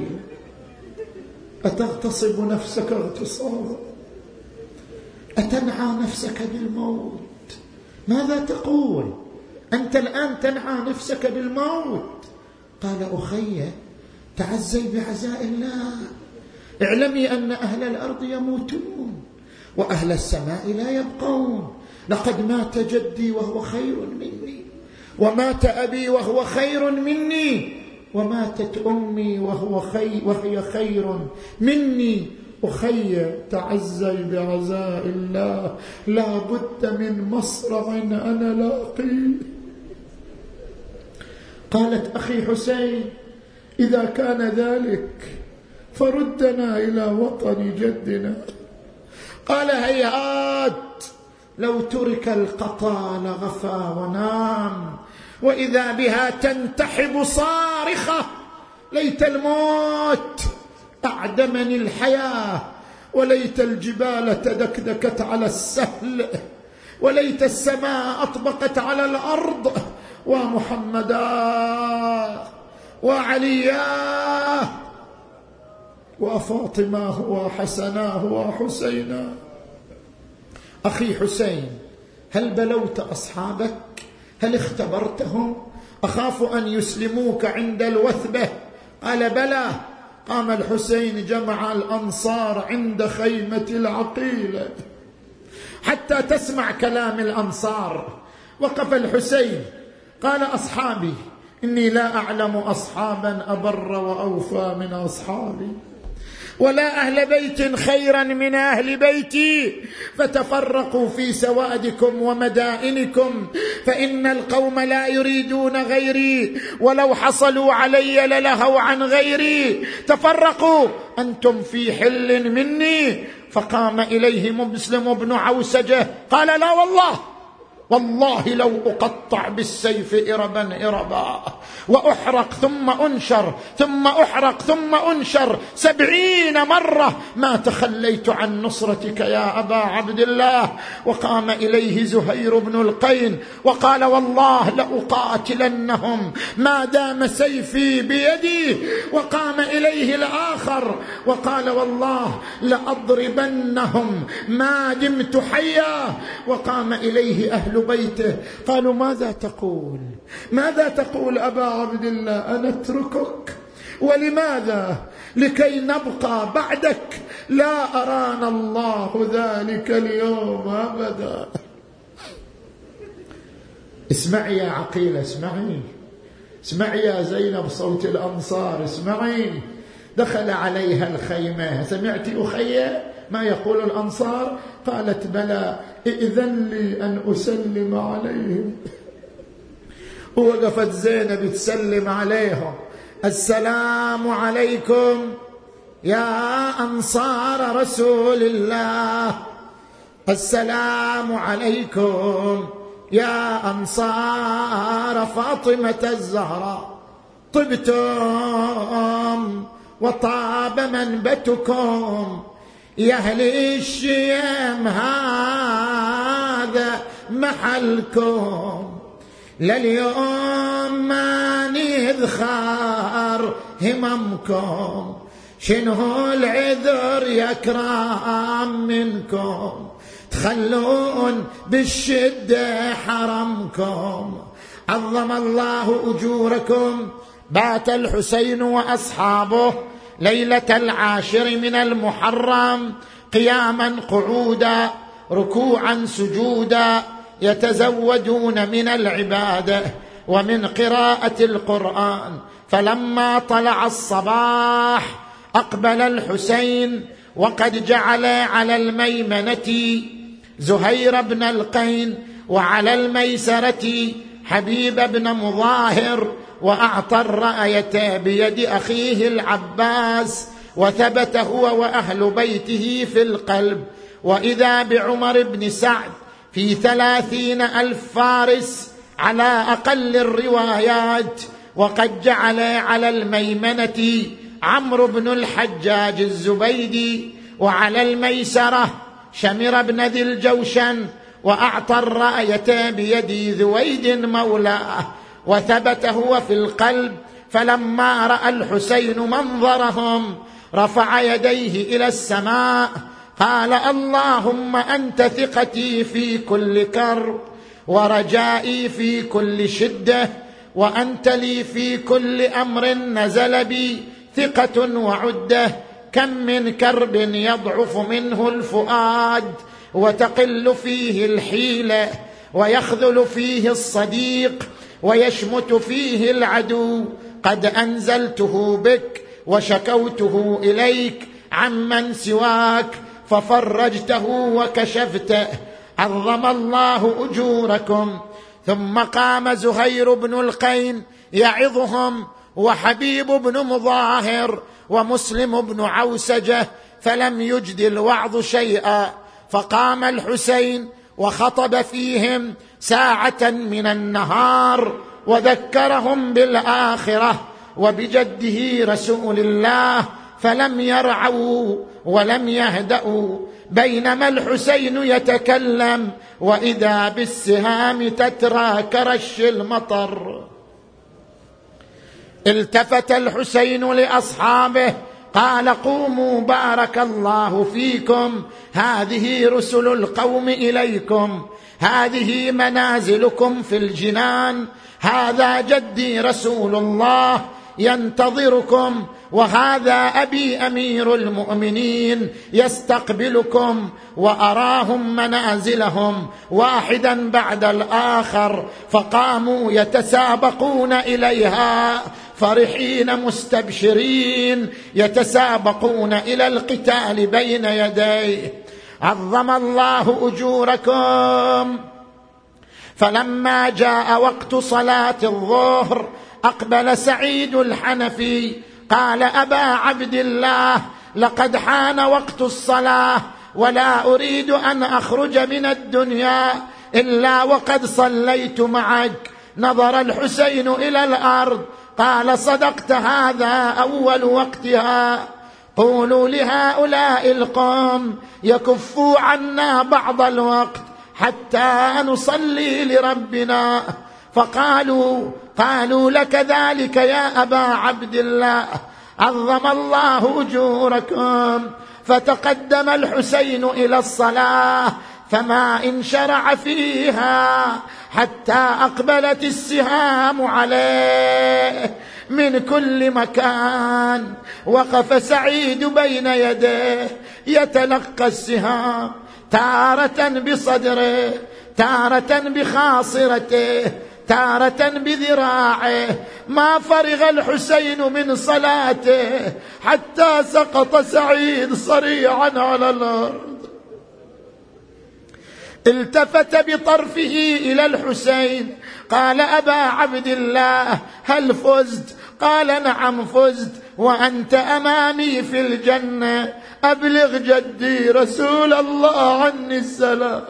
أتغتصب نفسك اغتصابا؟ أتنعى نفسك بالموت؟ ماذا تقول؟ أنت الآن تنعى نفسك بالموت. قال: أخي، تعزي بعزاء الله، اعلمي أن أهل الأرض يموتون وأهل السماء لا يبقون. لقد مات جدي وهو خير مني، ومات أبي وهو خير مني، وماتت أمي وهو خي وهي خير مني. أخي، تعزي بعزاء الله، لا بد من مصرع أنا لاقي. قالت: أخي حسين، إذا كان ذلك فردنا إلى وطن جدنا. قال: هيهات، لو ترك القطا لغفى ونام، وإذا بها تنتحب صارخة: ليت الموت أعدمني الحياة، وليت الجبال تدكدكت على السهل، وليت السماء أطبقت على الأرض، ومحمدا وعلياه وفاطماه وحسناه وحسينا. أخي حسين، هل بلوت أصحابك؟ هل اختبرتهم؟ أخاف أن يسلموك عند الوثبة. قال: بلى. قام الحسين جمع الأنصار عند خيمة العقيلة حتى تسمع كلام الأنصار. وقف الحسين قال: أصحابي، إني لا أعلم أصحابا أبر وأوفى من أصحابي. ولا أهل بيت خيرا من أهل بيتي، فتفرقوا في سوادكم ومدائنكم، فإن القوم لا يريدون غيري، ولو حصلوا علي للهوا عن غيري. تفرقوا، أنتم في حل مني. فقام إليه مسلم بن عوسجة قال: لا والله، والله لو أقطع بالسيف إربا إربا وأحرق ثم أنشر ثم أحرق ثم أنشر سبعين مرة ما تخليت عن نصرتك يا أبا عبد الله. وقام إليه زهير بن القين وقال: والله لأقاتلنهم ما دام سيفي بيدي. وقام إليه الآخر وقال: والله لأضربنهم ما دمت حيا. وقام إليه أهل بيته قالوا: ماذا تقول؟ ماذا تقول أبا عبد الله؟ أنتركك؟ ولماذا؟ لكي نبقى بعدك؟ لا أرانا الله ذلك اليوم أبدا. اسمعي يا عقيلة، اسمعي اسمعي يا زينب صوت الأنصار، اسمعي. دخل عليها الخيمة: سمعت أخي ما يقول الأنصار؟ قالت: بلى، ائذن لي أن أسلم عليهم. ووقفت زينب تسلم عليهم: السلام عليكم يا أنصار رسول الله، السلام عليكم يا أنصار فاطمة الزهراء، طبتم وطاب منبتكم يا أهل الشيم، هذا محلكم، لليوم ما نذخر هممكم، شنو العذر يا كرام منكم، تخلون بالشدة حرمكم، عظم الله أجوركم. بات الحسين وأصحابه ليلة العاشر من المحرم قياما قعودا ركوعا سجودا يتزودون من العبادة ومن قراءة القرآن. فلما طلع الصباح أقبل الحسين وقد جعل على الميمنة زهير بن القين وعلى الميسرة حبيب بن مظاهر، وأعطى الراية بيد أخيه العباس، وثبت هو وأهل بيته في القلب. وإذا بعمر بن سعد في ثلاثين ألف فارس على أقل الروايات، وقد جعل على الميمنة عمرو بن الحجاج الزبيدي، وعلى الميسرة شمر بن ذي الجوشن، وأعطى الراية بيد ذويد مولاه، وثبت هو في القلب. فلما رأى الحسين منظرهم رفع يديه إلى السماء قال: اللهم أنت ثقتي في كل كرب، ورجائي في كل شدة، وأنت لي في كل أمر نزل بي ثقة وعدة. كم من كرب يضعف منه الفؤاد، وتقل فيه الحيلة، ويخذل فيه الصديق، ويشمت فيه العدو. قد أنزلته بك وشكوته إليك عمن سواك، ففرجته وكشفته، عظم الله أجوركم. ثم قام زهير بن القين يعظهم، وحبيب بن مظاهر، ومسلم بن عوسجة، فلم يجد الوعظ شيئا. فقام الحسين وخطب فيهم ساعة من النهار، وذكرهم بالآخرة وبجده رسول الله، فلم يرعوا ولم يهدأوا. بينما الحسين يتكلم وإذا بالسهام تترى كرش المطر. التفت الحسين لأصحابه قال: قوموا بارك الله فيكم، هذه رسل القوم إليكم، هذه منازلكم في الجنان، هذا جدي رسول الله ينتظركم، وهذا أبي أمير المؤمنين يستقبلكم. وأراهم منازلهم واحدا بعد الآخر، فقاموا يتسابقون إليها، فرحين مستبشرين يتسابقون إلى القتال بين يديه. عظم الله أجوركم. فلما جاء وقت صلاة الظهر أقبل سعيد الحنفي قال: أبا عبد الله، لقد حان وقت الصلاة ولا أريد أن أخرج من الدنيا إلا وقد صليت معك. نظر الحسين إلى الأرض قال: صدقت، هذا أول وقتها. قولوا لهؤلاء القوم يكفوا عنا بعض الوقت حتى نصلي لربنا. فقالوا قالوا لك ذلك يا أبا عبد الله، عظم الله أجوركم. فتقدم الحسين إلى الصلاة فما انشرع فيها حتى أقبلت السهام عليه من كل مكان. وقف سعيد بين يديه يتلقى السهام، تارة بصدره، تارة بخاصرته، تارة بذراعه. ما فرغ الحسين من صلاته حتى سقط سعيد صريعا على الأرض. التفت بطرفه إلى الحسين قال: أبا عبد الله، هل فزت؟ قال: نعم فزت، وأنت أمامي في الجنة. أبلغ جدي رسول الله عني السلام،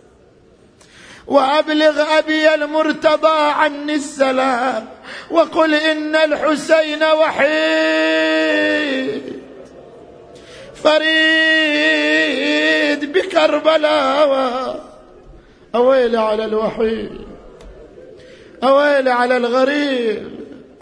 وأبلغ أبي المرتضى عني السلام، وقل إن الحسين وحيد فريد بكربلاء. أويل على الوحيد، أويل على الغريب.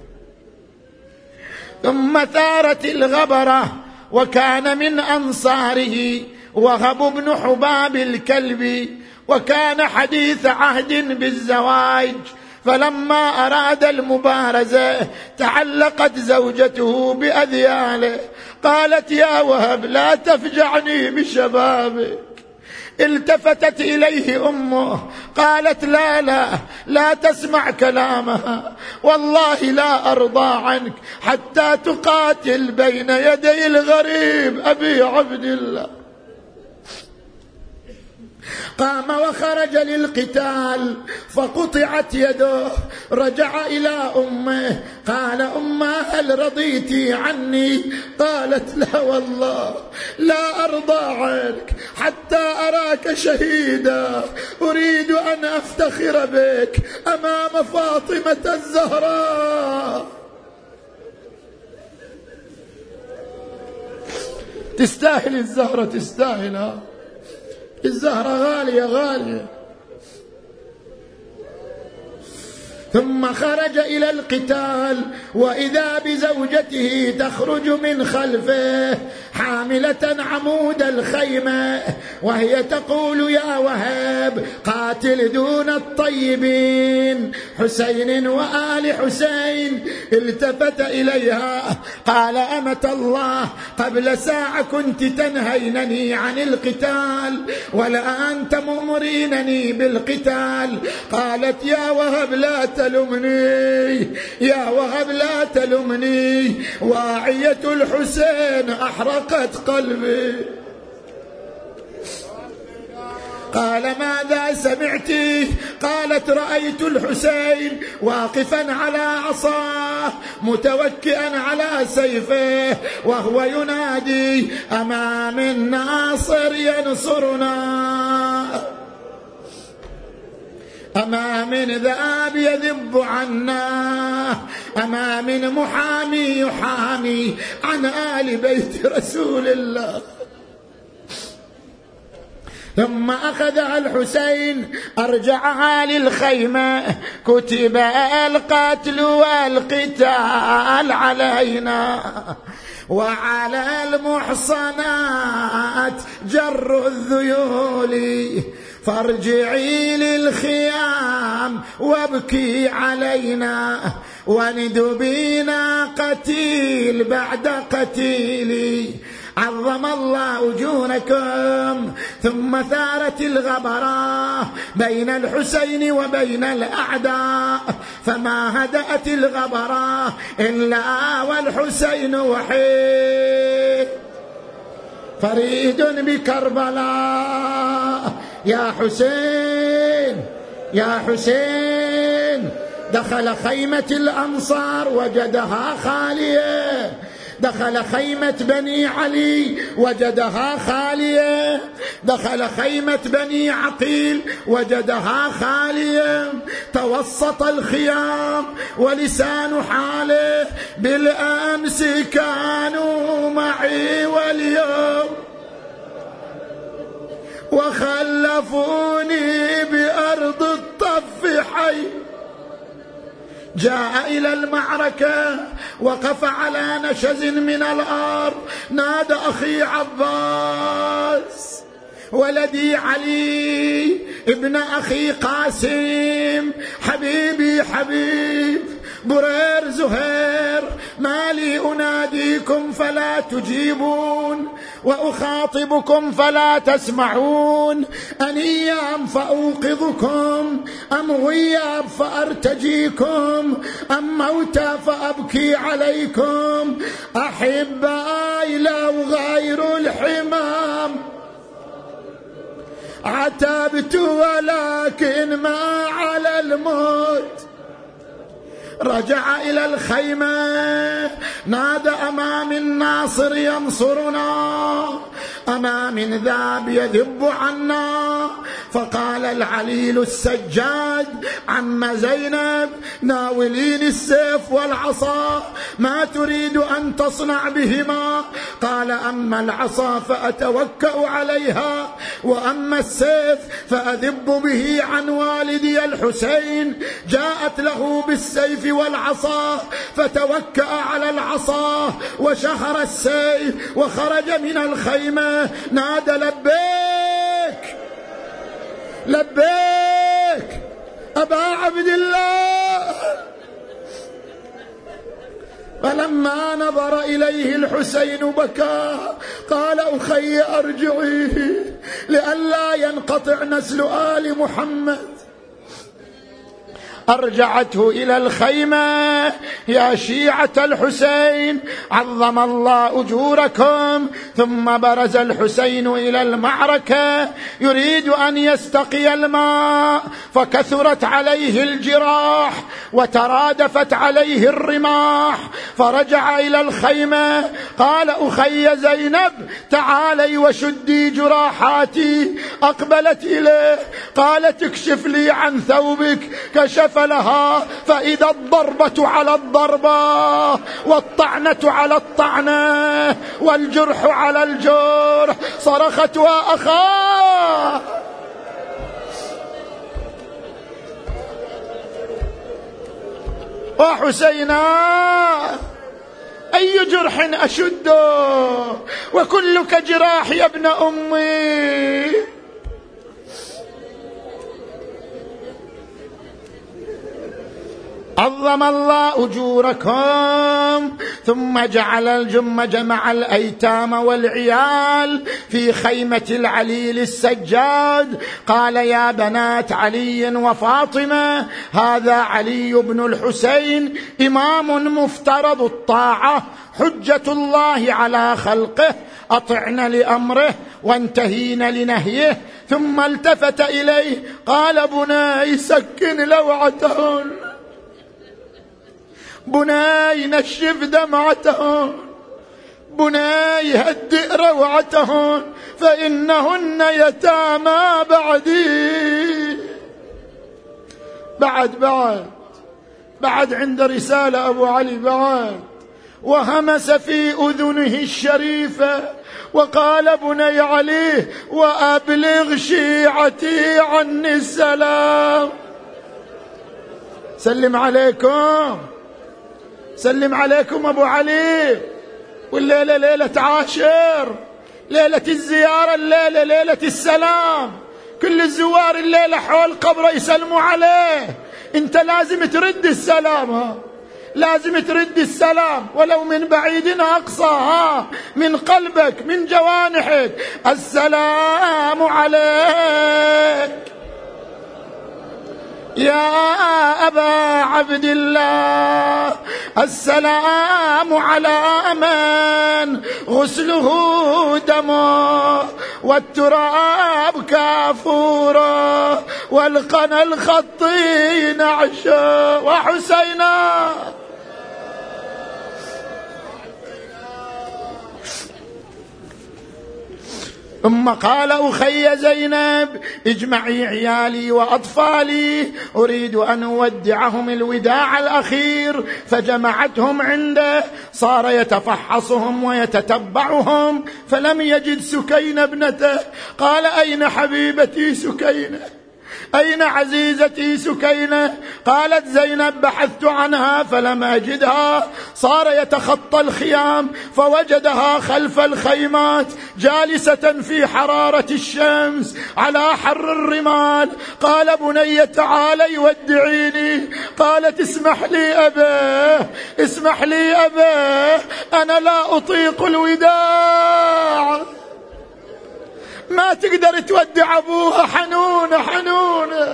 ثم ثارت الغبرة، وكان من أنصاره وهب بن حباب الكلبي، وكان حديث عهد بالزواج. فلما أراد المبارزة تعلقت زوجته بأذياله، قالت: يا وهب لا تفجعني بشبابك. التفتت إليه أمه قالت: لا لا لا تسمع كلامها، والله لا أرضى عنك حتى تقاتل بين يدي الغريب أبي عبد الله. قام وخرج للقتال فقطعت يده. رجع إلى أمه قال: أمه هل رضيتي عني؟ قالت: لا والله لا أرضى عنك حتى أراك شهيدا. أريد أن أفتخر بك أمام فاطمة الزهراء. تستاهل الزهرة، تستاهل، الزهرة غالية غالية. ثم خرج إلى القتال، وإذا بزوجته تخرج من خلفه حاملة عمود الخيمة، وهي تقول: يا وهب قاتل دون الطيبين حسين وآل حسين. التفت إليها قال: أمة الله، قبل ساعة كنت تنهينني عن القتال، والآن تأمرينني بالقتال. قالت: يا وهب لا تلمني، يا وهب لا تلمني، واعية الحسين أحرقت قلبي. قال: ماذا سمعتي؟ قالت: رأيت الحسين واقفا على عصاه متوكئا على سيفه، وهو ينادي: أما من ناصر ينصرنا؟ أما من ذئاب يذب عنا؟ أما من محامي يحامي عن آل بيت رسول الله؟ ثم أخذها الحسين أرجعها للخيمة. كتب القتل والقتال علينا، وعلى المحصنات جر الذيول، فارجعي للخيام وابكي علينا، وندبينا قتيل بعد قتيلي. عظم الله أجوركم. ثم ثارت الغبرة بين الحسين وبين الأعداء، فما هدأت الغبرة إلا والحسين وحيد فريد بكربلاء. يا حسين يا حسين. دخل خيمة الأنصار وجدها خالية، دخل خيمة بني علي وجدها خالية، دخل خيمة بني عقيل وجدها خالية. توسط الخيام ولسان حاله بالأمس كانوا معي واليوم وخلفوني بأرض الطف حي. جاء إلى المعركة وقف على نشز من الأرض، نادى أخي عباس ولدي علي ابن أخي قاسم حبيبي حبيب برير زهير، ما لي أناديكم فلا تجيبون وأخاطبكم فلا تسمعون، أنيام فأوقظكم أم غياب فأرتجيكم أم موتى فأبكي عليكم. أحبائي لو غير الحمام عتبت ولكن ما على الموت. رجع إلى الخيمة نادى أمام الناصر ينصرنا، أمام ذاب يذب عنا. فقال العليل السجاد عم زينب ناولين السيف والعصا، ما تريد أن تصنع بهما؟ قال أما العصا فأتوكأ عليها، وأما السيف فأذب به عن والدي الحسين. جاءت له بالسيف والعصا فتوكأ على العصا وشهر السيف وخرج من الخيمة نادى لبيك لبيك أبا عبد الله. فلما نظر إليه الحسين بكى، قال أخي أرجعي لئلا ينقطع نسل آل محمد. أرجعته إلى الخيمة. يا شيعة الحسين عظم الله أجوركم. ثم برز الحسين إلى المعركة يريد أن يستقي الماء، فكثرت عليه الجراح وترادفت عليه الرماح، فرجع إلى الخيمة. قال أخي زينب تعالي وشدي جراحاتي. أقبلت إليه قالت اكشف لي عن ثوبك، كشف لها فإذا الضربة على الضربة والطعنة على الطعنة والجرح على الجرح. صرخت وأخاه وحسينا أي جرح أشده وكلك جراح يا ابن أمي. عظم الله أجوركم. ثم جعل الجم جمع الأيتام والعيال في خيمة العليل السجاد. قال يا بنات علي وفاطمة هذا علي بن الحسين إمام مفترض الطاعة، حجة الله على خلقه، أطعن لأمره وانتهين لنهيه. ثم التفت إليه قال بني سكن لوعتهن، بني نشف دمعتهن، بني هدئ روعتهن، فإنهن يتامى بعدي. بعد بعد بعد عند رسالة أبو علي بعد. وهمس في أذنه الشريفة وقال بني علي وأبلغ شيعتي عني السلام. سلم عليكم سلم عليكم أبو علي. والليلة ليلة عاشر، ليلة الزيارة، الليلة ليلة السلام. كل الزوار الليلة حول قبره يسلموا عليه، انت لازم ترد السلام، لازم ترد السلام ولو من بعيد أقصى، ها من قلبك من جوانحك. السلام عليك يا أبا عبد الله، السلام على من غسله دمه والتراب كافوره والقنا الخطي نعشه وحسينا. ثم قال أخي زينب اجمعي عيالي وأطفالي أريد أن أودعهم الوداع الأخير. فجمعتهم عنده، صار يتفحصهم ويتتبعهم فلم يجد سكينة ابنته. قال أين حبيبتي سكينة؟ أين عزيزتي سكينة؟ قالت زينب بحثت عنها فلم أجدها. صار يتخطى الخيام فوجدها خلف الخيمات جالسة في حرارة الشمس على حر الرمال. قال بني تعالي ودعيني. قالت اسمح لي أباه، اسمح لي أباه، أنا لا أطيق الوداع. ما تقدر تودع أبوها، حنونة حنونة.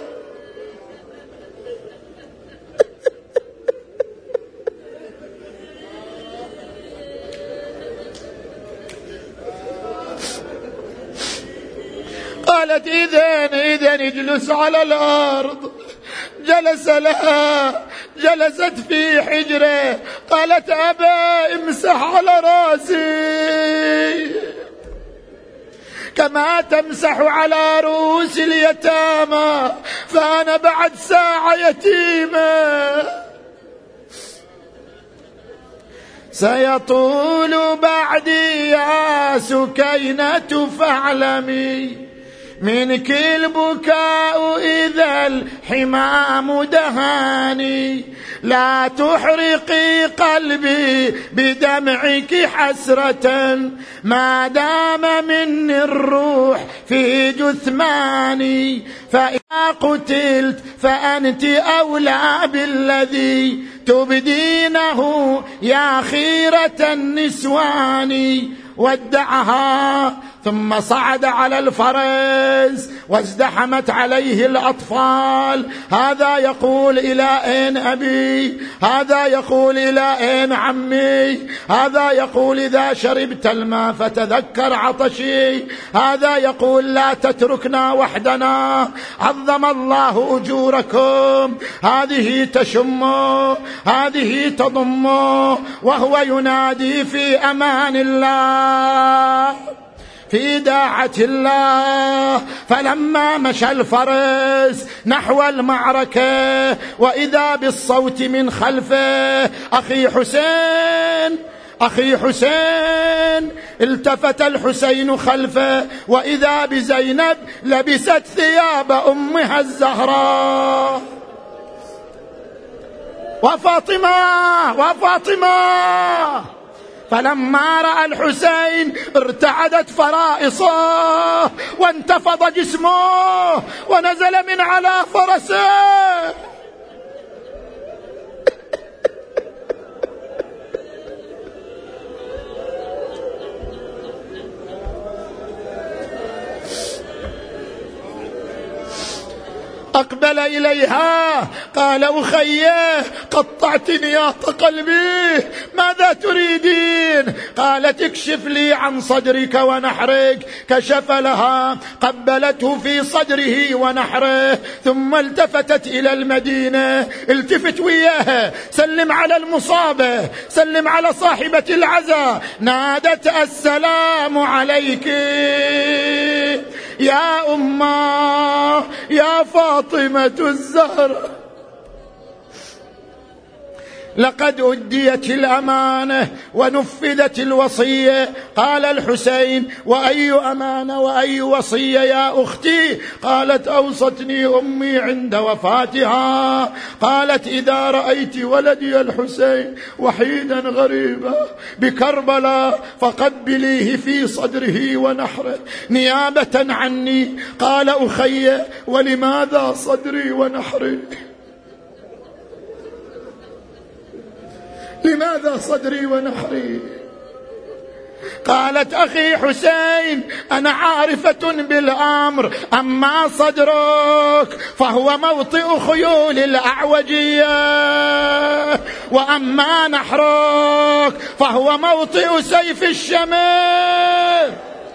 قالت إذن إذن اجلس على الأرض. جلس لها، جلست في حجره. قالت أبا امسح على راسي كما تمسح على رؤوس اليتامى، فأنا بعد ساعة يتيمة. سيطول بعدي يا سكينة فاعلمي، منك البكاء إذا الحمام دهاني. لا تحرقي قلبي بدمعك حسرة، ما دام مني الروح في جثماني. فإذا قتلت فأنت أولى بالذي تبدينه يا خيرة النسوان. ودعها ثم صعد على الفرس وازدحمت عليه الأطفال. هذا يقول إلى أين أبي؟ هذا يقول إلى أين عمي؟ هذا يقول إذا شربت الماء فتذكر عطشي. هذا يقول لا تتركنا وحدنا، عظم الله أجوركم. هذه تشم، هذه تضم، وهو ينادي في أمان الله، في داعة الله. فلما مشى الفرس نحو المعركة وإذا بالصوت من خلفه أخي حسين، أخي حسين. التفت الحسين خلفه وإذا بزينب لبست ثياب أمها الزهراء. وفاطمة وفاطمة. فلما رأى الحسين ارتعدت فرائصه وانتفض جسمه ونزل من على فرسه. أقبل إليها قال أخيه قطعت نياط قلبي، ماذا تريدين؟ قالت اكشف لي عن صدرك ونحرك. كشف لها، قبلته في صدره ونحره ثم التفتت إلى المدينة. التفت وياها، سلم على المصابة، سلم على صاحبة العزاء. نادت السلام عليك يا أمه يا فاطمة الزهراء، لقد أديت الأمانة ونفذت الوصية. قال الحسين وأي أمانة وأي وصية يا أختي؟ قالت أوصتني أمي عند وفاتها، قالت إذا رأيت ولدي الحسين وحيدا غريبا بكربلاء فقبليه في صدره ونحره نيابة عني. قال أخي ولماذا صدري ونحري؟ لماذا صدري ونحري؟ قالت أخي حسين أنا عارفة بالأمر، أما صدرك فهو موطئ خيول الأعوجية، وأما نحرك فهو موطئ سيف الشمال.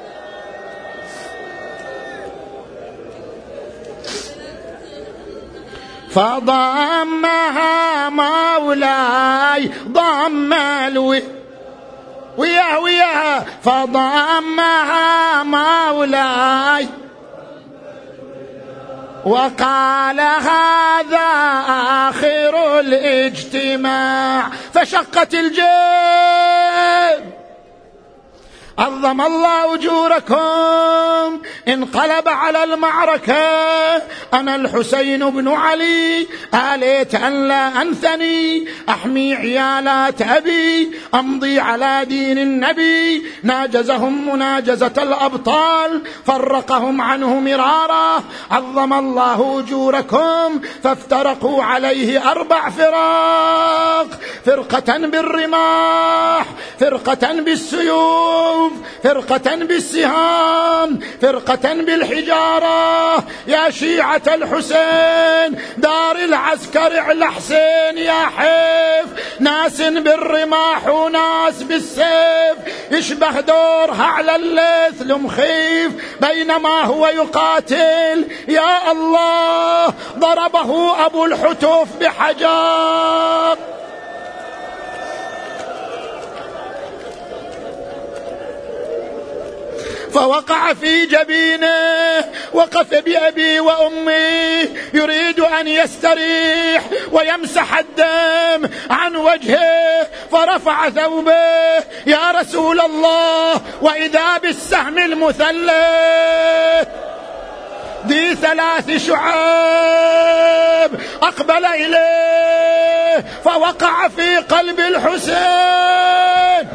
فضمها مولاي ضم الوي وياه وياه فضمها مولاي وقال هذا آخر الاجتماع، فشقت الجيب. عظم الله أجوركم. انقلب على المعركة. أنا الحسين بن علي، آليت أن لا أنثني، أحمي عيالات أبي، أمضي على دين النبي. ناجزهم مناجزة الأبطال، فرقهم عنه مرارا. عظم الله أجوركم. فافترقوا عليه أربع فراق، فرقة بالرماح، فرقة بالسيوف، فرقة بالسهام، فرقة بالحجارة. يا شيعة الحسين دار العسكر على حسين يا حيف، ناس بالرماح وناس بالسيف، يشبه دورها على الليث المخيف. بينما هو يقاتل يا الله ضربه أبو الحتوف بحجر، فوقع في جبينه. وقف بأبي وأمي يريد أن يستريح ويمسح الدم عن وجهه، فرفع ثوبه يا رسول الله، وإذا بالسهم المثلث ذي ثلاث شعاب أقبل إليه، فوقع في قلب الحسين،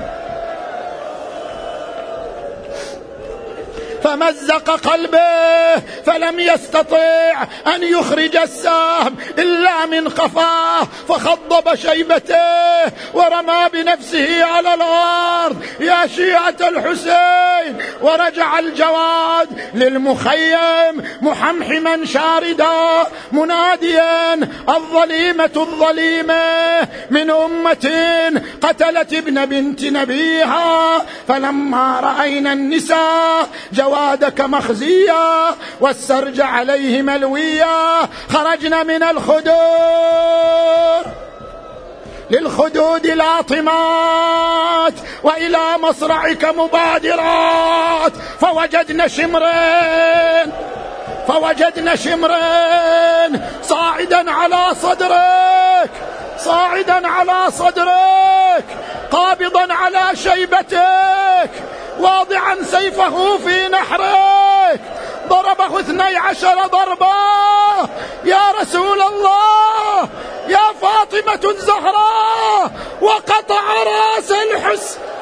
فمزق قلبه، فلم يستطيع أن يخرج السهم إلا من قفاه، فخضب شيبته ورمى بنفسه على الأرض يا شيعة الحسين. ورجع الجواد للمخيم محمحما شاردا مناديا الظليمة الظليمة من أمة قتلت ابن بنت نبيها. فلما رأينا النساء جوادك مخزيا والسرج عليه ملويا، خرجنا من الخدود للخدود لاطمات، وإلى مصرعك مبادرات. فوجدنا شمرين فوجدنا شمرين صاعدا على صدرك، صاعدا على صدرك، قابضا على شيبتك، واضعا سيفه في نحرك. ضربه اثني عشر ضربة يا رسول الله، يا فاطمة الزهراء، وقطع رأس الحسين.